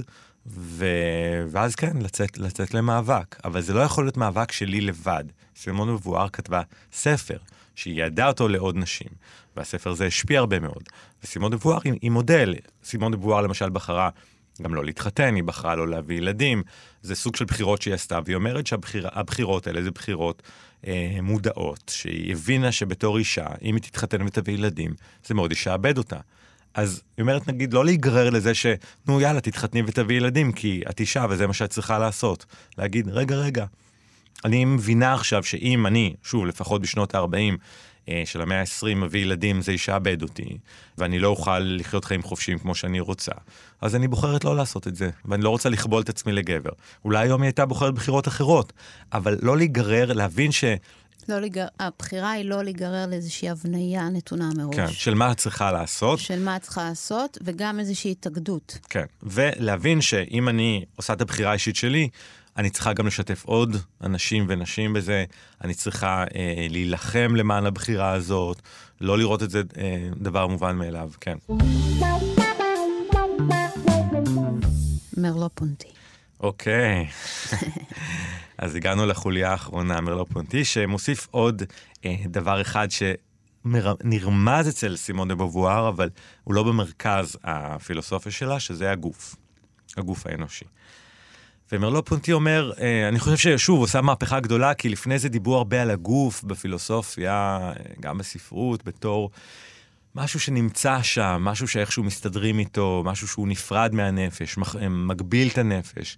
ואז כן, לצאת למאבק. אבל זה לא יכול להיות מאבק שלי לבד. סימון דה בובואר כתבה ספר, שהיא ידעה אותו לעוד נשים, והספר הזה השפיע הרבה מאוד. וסימון דה בובואר היא מודל. סימון דה בובואר למשל בחרה גם לא להתחתן, היא בחרה לא להביא ילדים. זה סוג של בחירות שהיא עשתה, והיא אומרת שהבחירות האלה זה בחירות מודעות, שהיא הבינה שבתור אישה, אם היא תתחתן ותביא ילדים, זה מאוד ישעבד אותה. אז היא אומרת, נגיד, לא להיגרר לזה נו יאללה, תתחתני ותביא ילדים, כי את אישה וזה מה שאת צריכה לעשות. להגיד, רגע, אני מבינה עכשיו שאם אני, שוב, לפחות בשנות ה-40 של המאה ה-20 מביא ילדים, זה ישעבד אותי, ואני לא אוכל לחיות חיים חופשיים כמו שאני רוצה. אז אני בוחרת לא לעשות את זה, ואני לא רוצה לכבול את עצמי לגבר. אולי היום היא הייתה בוחרת בחירות אחרות, אבל לא להיגרר, להבין הבחירה היא לא להיגרר לאיזושהי הבניה נתונה מראש. כן, של מה את צריכה לעשות. וגם איזושהי התאגדות. כן, ולהבין שאם אני עושה את הבחירה האישית שלי, אני צריכה גם לשתף עוד אנשים ונשים בזה, אני צריכה להילחם למען הבחירה הזאת, לא לראות את זה דבר מובן מאליו, כן. מרלו פונטי. אוקיי. אז הגענו לחוליה האחרונה, מרלו פונטי, שמוסיף עוד דבר אחד שנרמז אצל סימון דה בובואר, אבל הוא לא במרכז הפילוסופיה שלה, שזה הגוף האנושי. ומרלו פונטי אומר, אני חושב ששוב, עושה מהפכה גדולה, כי לפני זה דיבור הרבה על הגוף בפילוסופיה, גם בספרות, בתור משהו שנמצא שם, משהו שאיכשהו מסתדרים איתו, משהו שהוא נפרד מהנפש, מגביל את הנפש.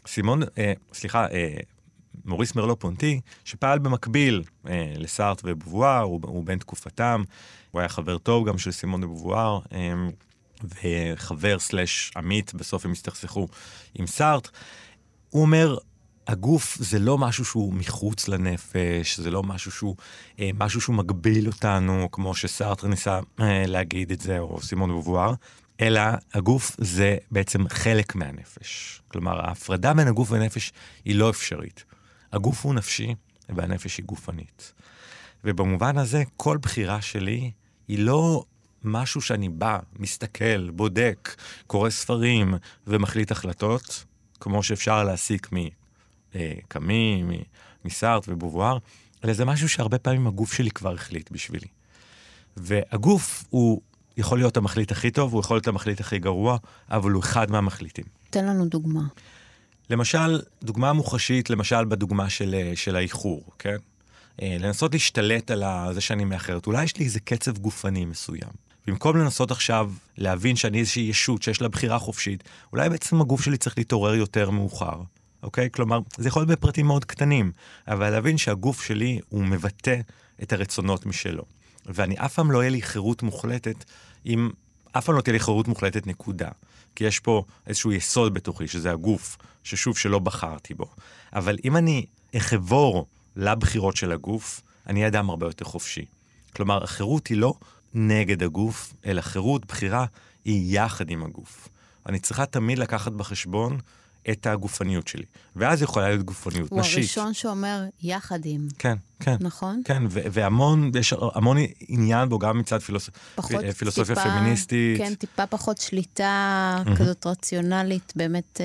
מוריס מרלו פונטי, שפעל במקביל לסארט ובובואר, הוא בן תקופתם, הוא היה חבר טוב גם של סימון דה בובואר, וחבר / עמית, בסוף הם הסתכסכו עם סארט. הוא אומר, הגוף זה לא משהו שהוא מחוץ לנפש, זה לא משהו שהוא מגביל אותנו, כמו שסארט ניסה להגיד את זה, או סימון דה בובואר, אלא הגוף זה בעצם חלק מהנפש. כלומר, ההפרדה בין הגוף והנפש היא לא אפשרית. הגוף הוא נפשי, והנפש היא גופנית. ובמובן הזה, כל בחירה שלי היא לא משהו שאני בא, מסתכל, בודק, קורא ספרים ומחליט החלטות, כמו שאפשר להסיק מקאמי, מסארט ובובואר, אלא זה משהו שהרבה פעמים הגוף שלי כבר החליט בשבילי. והגוף הוא יכול להיות המחליט הכי טוב, הוא יכול להיות המחליט הכי גרוע, אבל הוא אחד מהמחליטים. תן לנו דוגמה. למשל, דוגמה מוחשית, למשל בדוגמה של האיחור, כן? לנסות להשתלט על זה שאני מאחרת. אולי יש לי איזה קצב גופני מסוים. במקום לנסות עכשיו להבין שאני איזושהי ישות שיש לה בחירה חופשית, אולי בעצם הגוף שלי צריך להתעורר יותר מאוחר. אוקיי? כלומר, זה יכול להיות בפרטים מאוד קטנים, אבל להבין שהגוף שלי הוא מבטא את הרצונות משלו. ואני אף פעם לא יהיה לי חירות מוחלטת, אף פעם לא תהיה לי חירות מוחלטת נקודה. כי יש פה איזשהו יסוד בתוכי, שזה הגוף, ששוב שלא בחרתי בו. אבל אם אני אחבור לבחירות של הגוף, אני אדם הרבה יותר חופשי. כלומר, החירות היא לא נגד הגוף, אלא חירות, בחירה, היא יחד עם הגוף. אני צריכה תמיד לקחת בחשבון את הגופניות שלי. ואז יכולה להיות גופניות נשית. הוא הראשון שאומר יחד עם. כן, כן. נכון? כן, והמון, יש המון עניין בו, גם מצד פילוסופיה פמיניסטית. כן, טיפה פחות שליטה כזאת רציונלית, באמת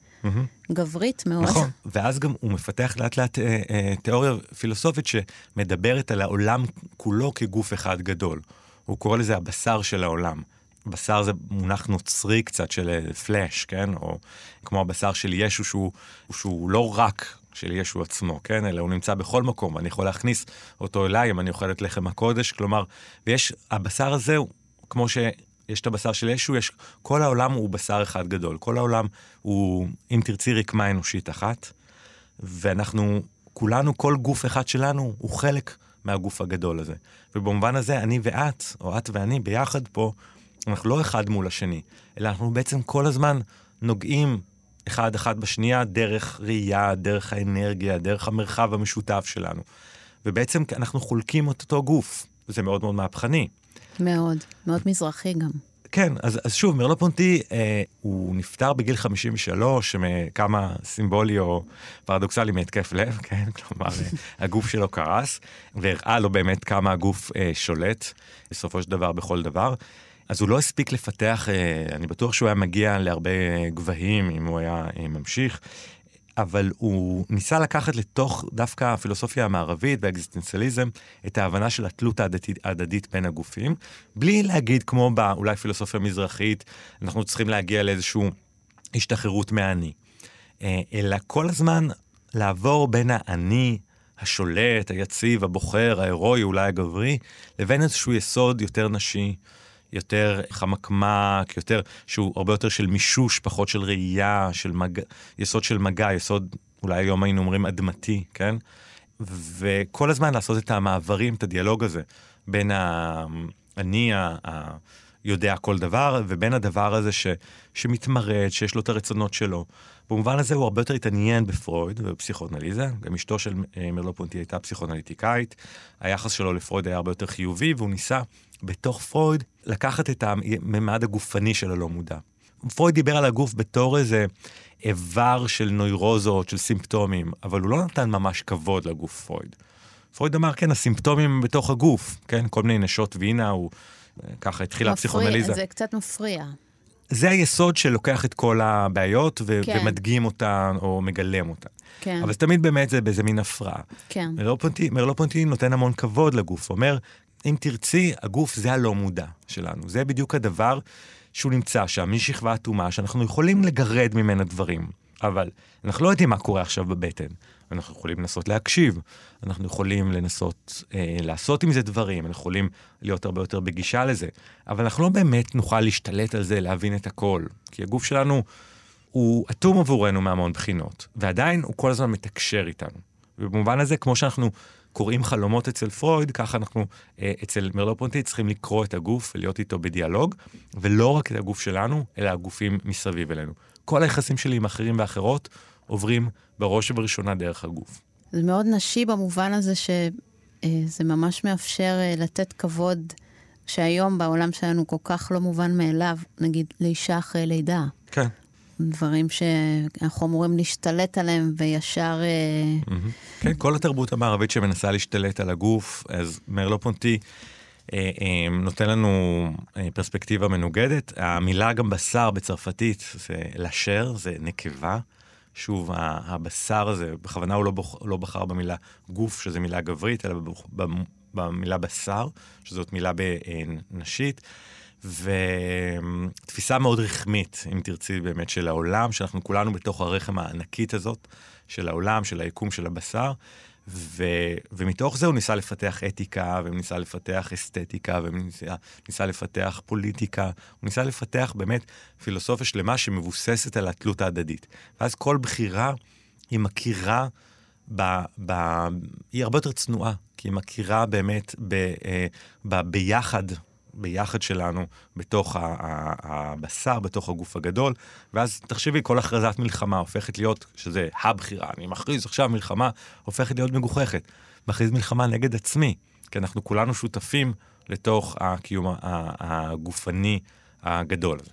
גברית מאוד. נכון, ואז גם הוא מפתח לאט לאט תיאוריה פילוסופית שמדברת על העולם כולו כגוף אחד גדול. הוא קורא לזה הבשר של העולם. בשר זה מונח נוצרי קצת של פלאש, כן? או כמו הבשר של ישו שהוא לא רק של ישו עצמו, כן? אלא הוא נמצא בכל מקום, ואני יכול להכניס אותו אליי אם אני אוכל את לחם הקודש, כלומר, הבשר הזה, כמו שיש את הבשר של ישו, כל העולם הוא בשר אחד גדול, כל העולם הוא, אם תרצי, רקמה אנושית אחת, ואנחנו, כולנו, כל גוף אחד שלנו, הוא חלק מהגוף הגדול הזה. ובמובן הזה, אני ואת, או את ואני ביחד פה, אנחנו לא אחד מול השני, אלא אנחנו בעצם כל הזמן נוגעים אחד בשנייה דרך ראייה, דרך האנרגיה, דרך המרחב המשותף שלנו. ובעצם אנחנו חולקים את אותו גוף, וזה מאוד מאוד מהפכני. מאוד, מאוד מזרחי גם. כן, אז שוב, מרלו-פונטי, הוא נפטר בגיל 53, מכמה סימבולי או פרדוקסלי מהתקף לב, כן? כלומר, הגוף שלו קרס, והראה לו באמת כמה הגוף שולט, בסופו של דבר בכל דבר. אז הוא לא הספיק לפתח, אני בטוח שהוא היה מגיע להרבה גבהים אם הוא היה ממשיך, אבל הוא ניסה לקחת לתוך דווקא הפילוסופיה המערבית והאקזיסטנציאליזם את ההבנה של התלות ההדדית בין הגופים, בלי להגיד כמו אולי פילוסופיה מזרחית, אנחנו צריכים להגיע לאיזשהו השתחררות מהאני. אלא כל הזמן לעבור בין האני, השולט, היציב, הבוחר, ההירואי, אולי הגברי, לבין איזשהו יסוד יותר נשי, יותר חמקמק, שהוא הרבה יותר של מישוש, פחות של ראייה, יסוד של מגע, יסוד, אולי היום היינו אומרים אדמתי, כן? וכל הזמן לעשות את המעברים, את הדיאלוג הזה, בין אני יודע כל דבר, ובין הדבר הזה שמתמרד, שיש לו את הרצונות שלו. במובן הזה הוא הרבה יותר התעניין בפרויד ובפסיכואנליזה, גם אשתו של מרלו-פונטי הייתה פסיכואנליטיקאית, היחס שלו לפרויד היה הרבה יותר חיובי, והוא ניסה בתוך פרויד לקחת את הממד הגופני של הלא מודע. פרויד דיבר על הגוף בתור איזה איבר של נוירוזות, של סימפטומים, אבל הוא לא נתן ממש כבוד לגוף פרויד. פרויד אמר, כן, הסימפטומים בתוך הגוף, כן, כל מיני נשות וינה, הוא ככה התחילה הפסיכואנליזה. זה קצת מפריע. זה היסוד שלוקח את כל הבעיות ומדגים אותן או מגלם אותן. כן. אבל תמיד באמת זה באיזה מין הפרעה. כן. מרלו-פונטי נותן המון כבוד לגוף, אומר, אם תרצי, הגוף זה הלא מודע שלנו. זה בדיוק הדבר שהוא נמצא שם, משכבה אטומה, שאנחנו יכולים לגרד ממנה דברים. אבל אנחנו לא יודעים מה קורה עכשיו בבטן. אנחנו יכולים לנסות להקשיב, אנחנו יכולים לנסות לעשות עם זה דברים, אנחנו יכולים להיות הרבה יותר בגישה לזה, אבל אנחנו לא באמת נוכל להשתלט על זה, להבין את הכל, כי הגוף שלנו הוא אטום עבורנו מהמון בחינות, ועדיין הוא כל הזמן מתקשר איתנו. ובמובן הזה, כמו שאנחנו קוראים חלומות אצל פרויד, ככה אנחנו אצל מרלו-פונטי צריכים לקרוא את הגוף ולהיות איתו בדיאלוג, ולא רק את הגוף שלנו, אלא הגופים מסביב אלינו. כל היחסים שלי עם אחרים ואחרות עוברים בראש ובראשונה דרך הגוף. זה מאוד נשי במובן הזה שזה ממש מאפשר לתת כבוד שהיום בעולם שלנו כל כך לא מובן מאליו, נגיד לאישה אחרי לידה. כן. דברים שאנחנו אמורים להשתלט עליהם וישר... כן, כל התרבות המערבית שמנסה להשתלט על הגוף, אז מרלו-פונטי נותן לנו פרספקטיבה מנוגדת. המילה גם בשר בצרפתית זה לשר, זה נקבה. שוב, הבשר הזה, בכוונה הוא לא בחר במילה גוף, שזו מילה גברית, אלא במילה בשר, שזאת מילה בנשית. ותפיסה מאוד רחמית, אם תרצי באמת, של העולם, שאנחנו כולנו בתוך הרחם הענקית הזאת, של העולם, של היקום, של הבשר, ומתוך זה הוא ניסה לפתח אתיקה, וניסה לפתח אסתטיקה, וניסה לפתח פוליטיקה, הוא ניסה לפתח באמת פילוסופיה שלמה שמבוססת על התלות ההדדית. ואז כל בחירה היא מכירה היא הרבה יותר צנועה, כי היא מכירה באמת ביחד שלנו, בתוך הבשר, בתוך הגוף הגדול, ואז תחשבי, כל הכרזת מלחמה הופכת להיות, שזה הבחירה, אני מכריז עכשיו מלחמה, הופכת להיות מגוחכת. מכריז מלחמה נגד עצמי, כי אנחנו כולנו שותפים לתוך הקיום הגופני הגדול הזה.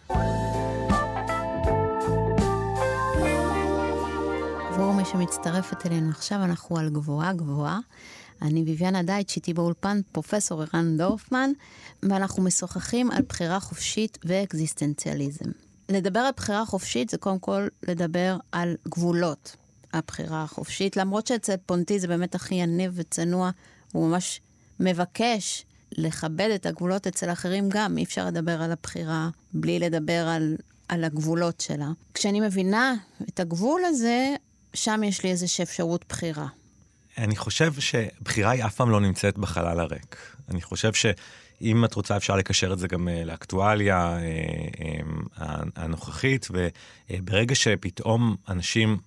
עבור מי שמצטרפת אלינו עכשיו, אנחנו על גבוהה גבוהה. אני ויויאנה דייטש, איתי באולפן פרופסור ערן דורפמן, ואנחנו משוחחים על בחירה חופשית ואקזיסטנציאליזם. לדבר על בחירה חופשית זה קודם כל לדבר על גבולות הבחירה החופשית, למרות שאצל פונטי זה באמת הכי עניב וצנוע, הוא ממש מבקש לכבד את הגבולות אצל אחרים גם, אי אפשר לדבר על הבחירה בלי לדבר על הגבולות שלה. כשאני מבינה את הגבול הזה, שם יש לי איזושהי אפשרות בחירה. אני חושב שבחירה היא אף פעם לא נמצאת בחלל הריק. אני חושב שאם את רוצה אפשר לקשר את זה גם לאקטואליה הנוכחית, וברגע שפתאום אנשים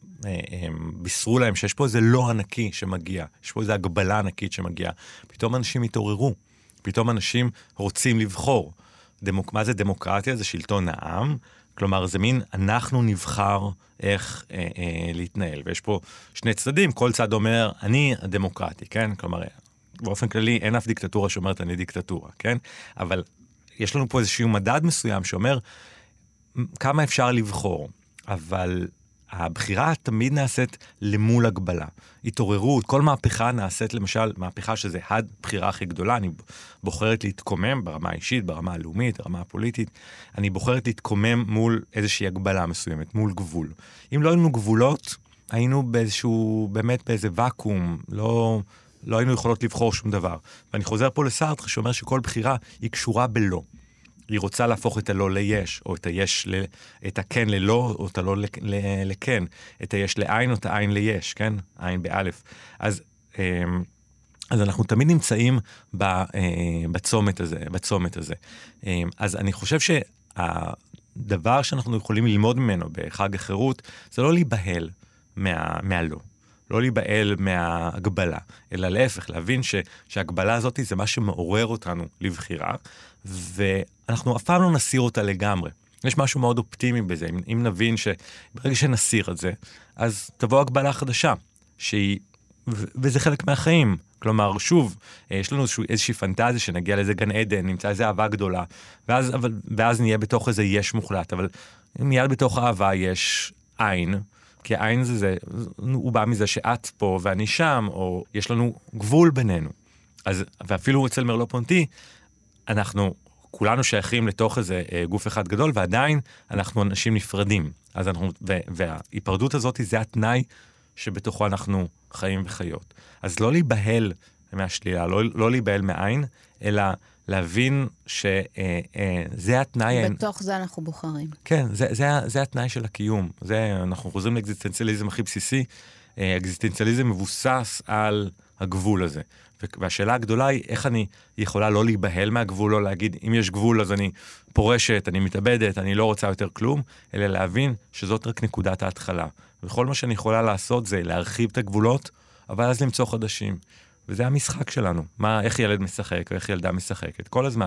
בישרו להם שיש פה איזה לא ענקי שמגיע, יש פה איזה הגבלה ענקית שמגיעה, פתאום אנשים התעוררו, פתאום אנשים רוצים לבחור. מה זה דמוקרטיה? זה שלטון העם, כלומר, זה מין, אנחנו נבחר איך להתנהל. ויש פה שני צדדים, כל צד אומר, אני הדמוקרטי, כן? כלומר, באופן כללי, אין אף דיקטטורה שאומרת, אני דיקטטורה, כן? אבל יש לנו פה איזשהו מדד מסוים שאומר, כמה אפשר לבחור, אבל הבחירה תמיד נעשית למול הגבלה. התעוררות, כל מהפכה נעשית, למשל, מהפכה שזה הבחירה הכי גדולה, אני בוחרת להתקומם ברמה האישית, ברמה הלאומית, ברמה הפוליטית, אני בוחרת להתקומם מול איזושהי הגבלה מסוימת, מול גבול. אם לא היינו גבולות, היינו באיזשהו, באמת באיזה וקום, לא היינו יכולות לבחור שום דבר. ואני חוזר פה לסארטר, שאומר שכל בחירה היא קשורה בלא. היא רוצה להפוך את הלא ליש, או את היש, את הכן ללא, או את הלא לכן, את היש לעין, או את העין ליש, כן? עין באלף. אז אנחנו תמיד נמצאים בצומת הזה. אז אני חושב שהדבר שאנחנו יכולים ללמוד ממנו בחג החירות, זה לא להיבהל מהלא. לא להיבהל מההגבלה, אלא להפך, להבין שההגבלה הזאת זה מה שמעורר אותנו לבחירה, ואנחנו אף פעם לא נסיר אותה לגמרי. יש משהו מאוד אופטימי בזה, אם נבין שברגע שנסיר את זה, אז תבוא הגבלה חדשה, וזה חלק מהחיים. כלומר, שוב, יש לנו איזושהי פנטזיה שנגיע לאיזה גן עדן, נמצא איזו אהבה גדולה, ואז נהיה בתוך איזה יש מוחלט, אבל מיד בתוך האהבה יש עין, כי העין הוא בא מזה שאת פה ואני שם, או יש לנו גבול בינינו. ואפילו אצל מרלו פונטי, אנחנו כולנו שייכים לתוך איזה גוף אחד גדול, ועדיין אנחנו אנשים נפרדים. וההיפרדות הזאת זה התנאי שבתוכו אנחנו חיים וחיות. אז לא להיבהל מהשלילה, לא להיבהל מהעין, אלא להבין שזה התנאי... בתוך זה אנחנו בוחרים. כן, זה התנאי של הקיום. אנחנו חוזרים לאקזיסטנציאליזם הכי בסיסי. אקזיסטנציאליזם מבוסס על הגבול הזה. והשאלה הגדולה היא איך אני יכולה לא להיבהל מהגבול, לא להגיד, אם יש גבול אז אני פורשת, אני מתאבדת, אני לא רוצה יותר כלום, אלא להבין שזאת רק נקודת ההתחלה. וכל מה שאני יכולה לעשות זה להרחיב את הגבולות, אבל אז למצוא חדשים. וזה המשחק שלנו. איך ילד משחק, או איך ילדה משחקת. כל הזמן.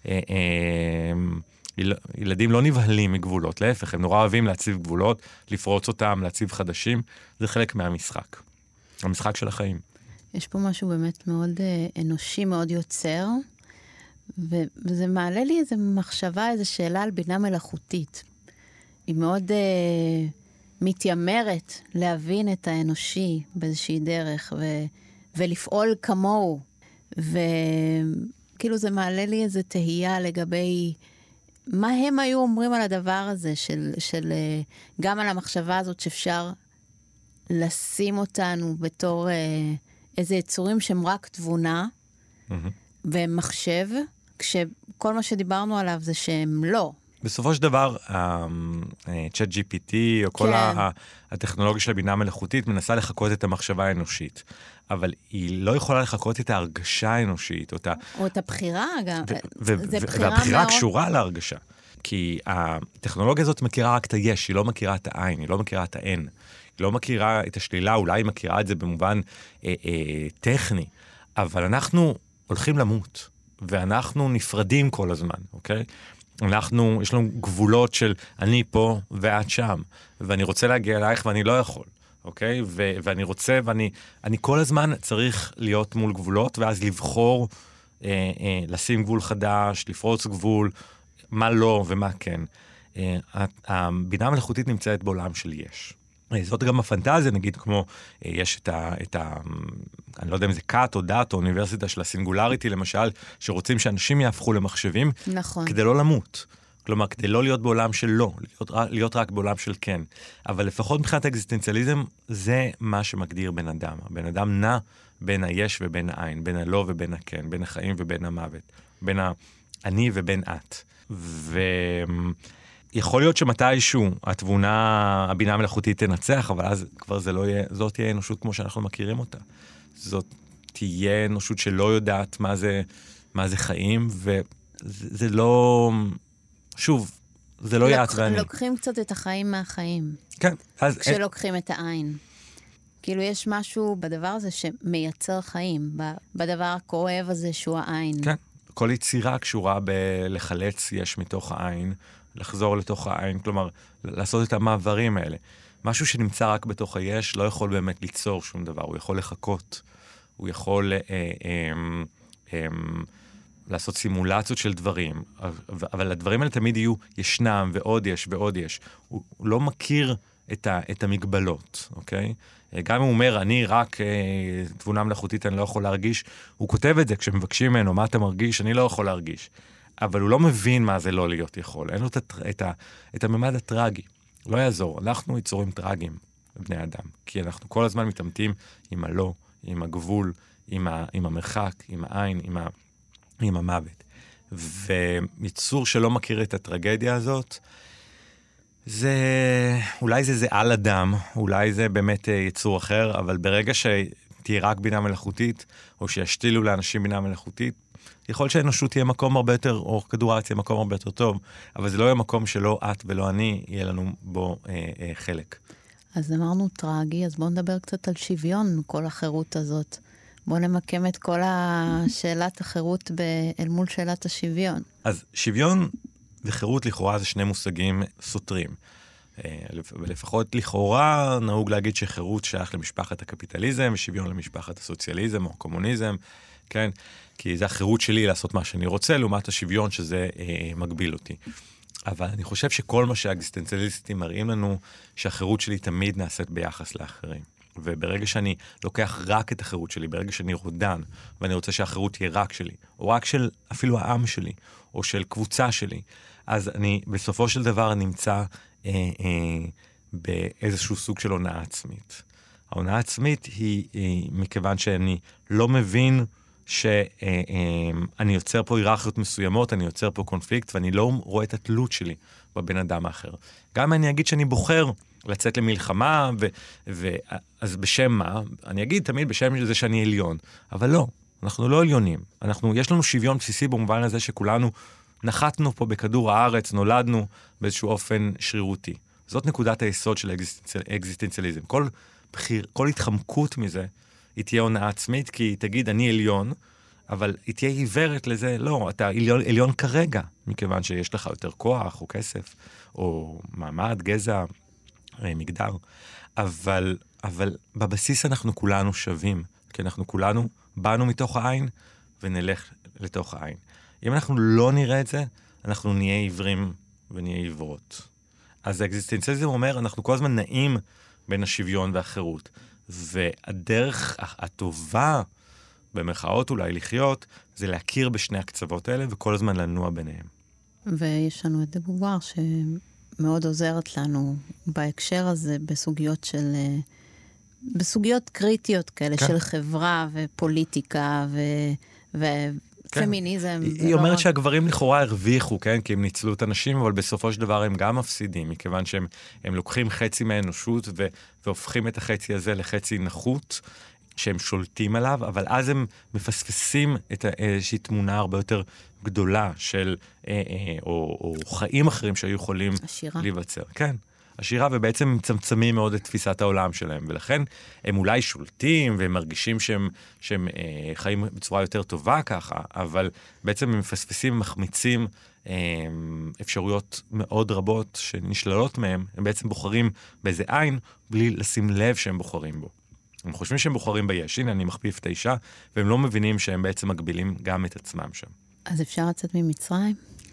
ילדים לא נבהלים מגבולות, להפך, הם נורא אוהבים להציב גבולות, לפרוץ אותם, להציב חדשים. זה חלק מהמשחק. המשחק של החיים. יש פה משהו באמת מאוד אנושי, מאוד יוצר, וזה מעלה לי איזו מחשבה, איזו שאלה על בינה מלאכותית. היא מאוד מתיימרת להבין את האנושי באיזושהי דרך, ולפעול כמוהו. וכאילו זה מעלה לי איזו תהייה לגבי מה הם היו אומרים על הדבר הזה, של גם על המחשבה הזאת שאפשר לשים אותנו בתור איזה יצורים שהם רק תבונה, ומחשב, כשכל מה שדיברנו עליו זה שהם לא. בסופו של דבר, צ'אט GPT, או כל הטכנולוגיה של הבינה המלאכותית, מנסה לחקות את המחשבה האנושית. אבל היא לא יכולה לחקות את ההרגשה האנושית, או את הבחירה גם. והבחירה קשורה להרגשה. כי הטכנולוגיה הזאת מכירה רק את היש, היא לא מכירה את העין, היא לא מכירה את האין. לא מכירה את השלילה, אולי היא מכירה את זה במובן טכני, אבל אנחנו הולכים למות, ואנחנו נפרדים כל הזמן, אוקיי? יש לנו גבולות של אני פה ואת שם, ואני רוצה להגיע אלייך ואני לא יכול, אוקיי? ואני רוצה, ואני כל הזמן צריך להיות מול גבולות, ואז לבחור, לשים גבול חדש, לפרוץ גבול, מה לא ומה כן. הבינה המלאכותית נמצאת בעולם של יש. זאת גם הפנטזיה, נגיד, כמו יש אני לא יודע אם זה קאט או דאט או אוניברסיטה של הסינגולריטי, למשל, שרוצים שאנשים יהפכו למחשבים, נכון. כדי לא למות. כלומר, כדי לא להיות בעולם של לא, להיות רק בעולם של כן. אבל לפחות מבחינת האקזיסטנציאליזם, זה מה שמגדיר בן אדם. הבן אדם נע בין היש ובין העין, בין הלא ובין הכן, בין החיים ובין המוות, בין אני ובין את. יכול להיות שמתישהו התבונה, הבינה המלאכותית תנצח, אבל אז כבר זאת תהיה אנושות כמו שאנחנו מכירים אותה. זאת תהיה אנושות שלא יודעת מה זה חיים, וזה לא, שוב, זה לא יעץ ואני. לוקחים קצת את החיים מהחיים. כן. כשלוקחים את העין. כאילו יש משהו בדבר הזה שמייצר חיים, בדבר הכואב הזה שהוא העין. כן. כל יצירה קשורה בלחלץ יש מתוך העין, לחזור לתוך העין, כלומר, לעשות את המעברים האלה. משהו שנמצא רק בתוך היש לא יכול באמת ליצור שום דבר, הוא יכול לחכות, הוא יכול לעשות סימולציות של דברים, אבל הדברים האלה תמיד יהיו ישנם ועוד יש ועוד יש. הוא לא מכיר את המגבלות, אוקיי? גם אם הוא אומר, אני רק תבונה מלאכותית, אני לא יכול להרגיש, הוא כותב את זה כשמבקשים ממנו, מה אתה מרגיש? אני לא יכול להרגיש. אבל הוא לא מבין מה זה לא להיות יכול. אין לו את הממד הטרגי. לא יעזור. אנחנו יצורים טרגיים, בני אדם. כי אנחנו כל הזמן מתעמתים עם הלא, עם הגבול, עם המרחק, עם העין, עם המוות. ויצור שלא מכיר את הטרגדיה הזאת, אולי זה על אדם, אולי זה באמת יצור אחר, אבל ברגע שתהיה רק בינה מלאכותית, או שישתילו לאנשים בינה מלאכותית, יכול להיות שהאנושות תהיה מקום הרבה יותר, או כדור הארץ יהיה מקום הרבה יותר טוב, אבל זה לא יהיה מקום שלא את ולא אני, יהיה לנו בו חלק. אז אמרנו טרגי, אז בואו נדבר קצת על שוויון, כל החירות הזאת. בואו נמקם את כל שאלת החירות אל מול שאלת השוויון. אז שוויון וחירות לכאורה זה שני מושגים סותרים. ולפחות לכאורה נהוג להגיד שחירות שייך למשפחת הקפיטליזם, ושוויון למשפחת הסוציאליזם או הקומוניזם, כן? כי זה החירות שלי לעשות מה שאני רוצה, לעומת השוויון שזה מגביל אותי. אבל אני חושב שכל מה שהאקזיסטנציאליסטים מראים לנו, שהחירות שלי תמיד נעשית ביחס לאחרים. וברגע שאני לוקח רק את החירות שלי, ברגע שאני רודן, ואני רוצה שהחירות תהיה רק שלי, או רק של אפילו העם שלי, או של קבוצה שלי, אז אני בסופו של דבר נמצא באיזשהו סוג של הונאה עצמית. ההונאה עצמית היא מכיוון שאני לא מבין שאני יוצר פה היררכיות מסוימות, אני יוצר פה קונפליקט, ואני לא רואה את התלות שלי בבן אדם האחר. גם אני אגיד שאני בוחר לצאת למלחמה, אז בשם מה? אני אגיד תמיד בשם זה שאני עליון, אבל לא, אנחנו לא עליונים. יש לנו שוויון בסיסי במובן הזה שכולנו נחתנו פה בכדור הארץ, נולדנו באיזשהו אופן שרירותי. זאת נקודת היסוד של האקזיסטנציאליזם. כל התחמקות מזה, היא תהיה הונאה עצמית, כי היא תגיד, אני עליון, אבל היא תהיה עיוורת לזה, לא, אתה עליון כרגע, מכיוון שיש לך יותר כוח, או כסף, או מעמד, גזע, מגדר. אבל בבסיס אנחנו כולנו שווים, כי אנחנו כולנו באנו מתוך העין, ונלך לתוך העין. אם אנחנו לא נראה את זה, אנחנו נהיה עיוורים ונהיה עיוורות. אז האקזיסטנציאליזם אומר, אנחנו כל הזמן נעים בין השוויון והחירות. והדרך הטובה, במרכאות אולי לחיות, זה להכיר בשני הקצוות האלה, וכל הזמן לנוע ביניהם. ויש לנו את דבובר שמאוד עוזרת לנו בהקשר הזה, בסוגיות קריטיות כאלה, כן. של חברה ופוליטיקה פמיניזם. היא אומרת שהגברים לכאורה הרוויחו, כן? כי הם ניצלו את הנשים, אבל בסופו של דבר הם גם מפסידים, מכיוון שהם לוקחים חצי מהאנושות והופכים את החצי הזה לחצי נחות, שהם שולטים עליו, אבל אז הם מפספסים את איזושהי תמונה הרבה יותר גדולה של, או חיים אחרים שהיו יכולים להיווצר. כן. עשירה, ובעצם מצמצמים מאוד את תפיסת העולם שלהם, ולכן הם אולי שולטים, והם מרגישים שהם חיים בצורה יותר טובה ככה, אבל בעצם הם מפספסים, מחמיצים אפשרויות מאוד רבות שנשללות מהם, הם בעצם בוחרים באיזה עין, בלי לשים לב שהם בוחרים בו. הם חושבים שהם בוחרים ביש, הנה אני מכפיף 9, והם לא מבינים שהם בעצם מגבילים גם את עצמם שם. אז אפשר לצאת ממצרים?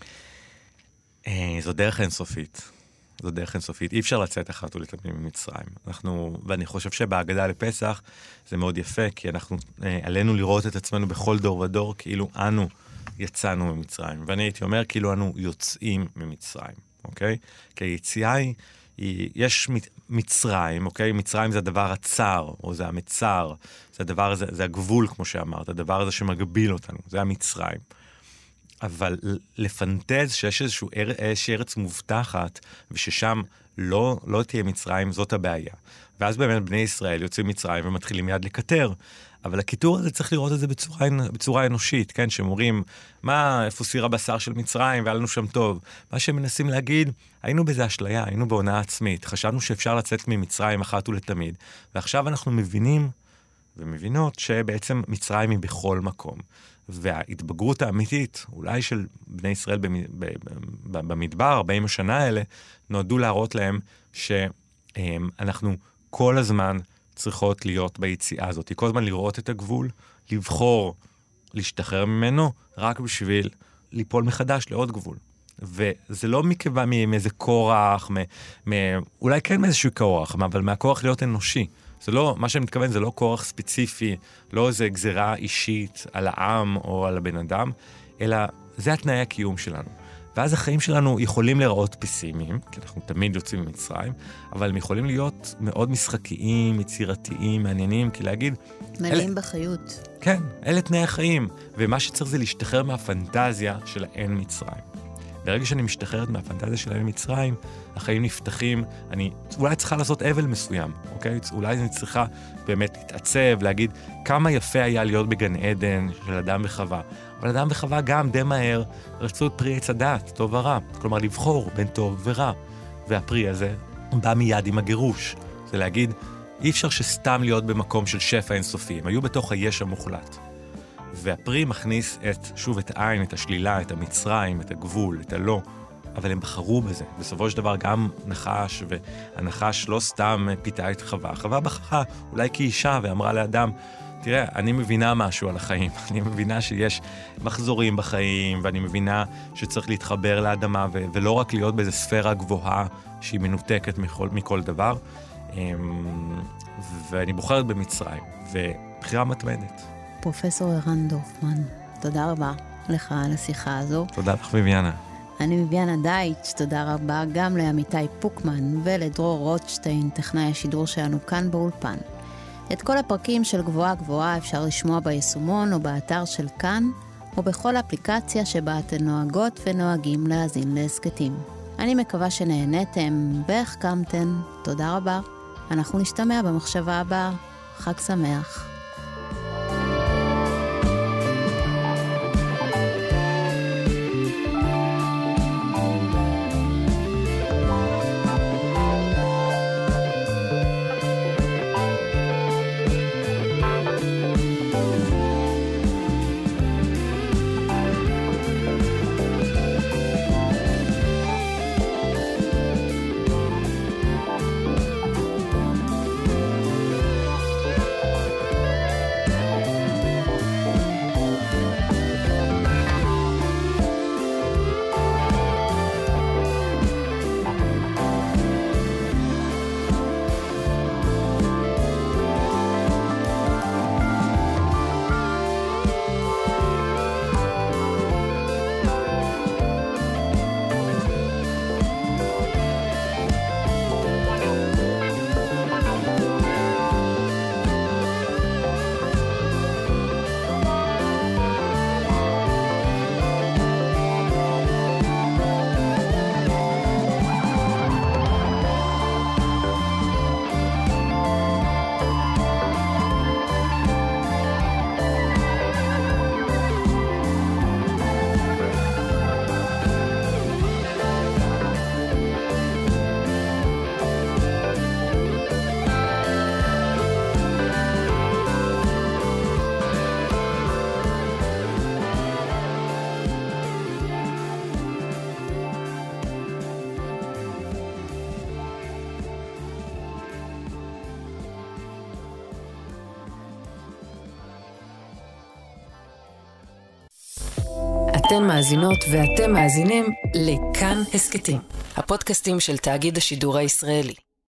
זו דרך אינסופית. זו דרך אינסופית. אי אפשר לצאת אחת ולתמיד ממצרים. ואני חושב שבהגדה לפסח זה מאוד יפה, כי עלינו לראות את עצמנו בכל דור ודור, כאילו אנו יצאנו ממצרים. ואני הייתי אומר, כאילו אנו יוצאים ממצרים, אוקיי? כי היציאה יש מצרים, אוקיי? מצרים זה הדבר הצר, או זה המצר, זה הדבר הזה, זה הגבול, כמו שאמרת, הדבר הזה שמגביל אותנו, זה המצרים. אבל לפנטז שיש איזושהי ארץ מובטחת, וששם לא תהיה מצרים, זאת הבעיה. ואז באמת בני ישראל יוצאים מצרים ומתחילים מיד לקטר. אבל הכיתור הזה צריך לראות את זה בצורה אנושית, כן? שאומרים, איפה סיר הבשר של מצרים, והיה לנו שם טוב. מה שהם מנסים להגיד, היינו בזה אשליה, היינו בהונאה עצמית, חשבנו שאפשר לצאת ממצרים אחת ולתמיד, ועכשיו אנחנו מבינים ומבינות שבעצם מצרים היא בכל מקום. וההתבגרות האמיתית, אולי של בני ישראל במדבר, 40 השנה האלה, נועדו להראות להם שאנחנו כל הזמן צריכות להיות ביציאה הזאת. כל הזמן לראות את הגבול, לבחור, להשתחרר ממנו, רק בשביל ליפול מחדש לעוד גבול. וזה לא מכיוון מאיזה כורח, אולי כן מאיזשהו כורח, אבל מהכורח להיות אנושי. זה לא, מה שאני מתכוון, זה לא כורח ספציפי, לא איזה גזרה אישית על העם או על הבן אדם, אלא זה התנאי הקיום שלנו. ואז החיים שלנו יכולים להיראות פסימיים, כי אנחנו תמיד יוצאים ממצרים, אבל הם יכולים להיות מאוד משחקיים, יצירתיים, מעניינים, כי להגיד... מלאים בחיות. כן, אלה תנאי החיים, ומה שצריך זה להשתחרר מהפנטזיה של האין מצרים. ברגע שאני משתחררת מהפנטזיה של האין מצרים, החיים נפתחים, אני אולי צריכה לעשות אבל מסוים, אוקיי? אולי אני צריכה באמת להתעצב, להגיד כמה יפה היה להיות בגן עדן של אדם וחווה. אבל אדם וחווה גם די מהר רצו את פרי עץ הדעת, טוב ורע. כלומר, לבחור בין טוב ורע. והפרי הזה בא מיד עם הגירוש. זה להגיד, אי אפשר שסתם להיות במקום של שפע אינסופי. הם היו בתוך היש המוחלט. והפרי מכניס שוב את העין, את השלילה, את המצרים, את הגבול, את הלא. אבל הם בחרו בזה. בסופו של דבר גם נחש, והנחש לא סתם פיתה את חווה. חווה בחרה אולי כאישה ואמרה לאדם, תראה, אני מבינה משהו על החיים. אני מבינה שיש מחזורים בחיים, ואני מבינה שצריך להתחבר לאדמה, ולא רק להיות באיזו ספירה גבוהה שהיא מנותקת מכל דבר. ואני בוחרת במצרים, ובחירה מתמדת. פרופסור ערן דורפמן, תודה רבה לך על השיחה הזו. תודה לך, ויביאנה. אני ויביאנה דייטש, תודה רבה גם לעמיתי פוקמן ולדרור רוטשטיין, טכנאי השידור שלנו כאן באולפן. את כל הפרקים של גבוהה גבוהה אפשר לשמוע ביישומון או באתר של כאן, או בכל אפליקציה שבה אתם נוהגות ונוהגים להאזין להסקטים. אני מקווה שנהנתם והחכמתם. תודה רבה. אנחנו נשתמע במחשבה הבאה. חג שמח. אתן מאזינות ואתם מאזינים לכאן הסקטים, הפודקאסטים של תאגיד השידור הישראלי.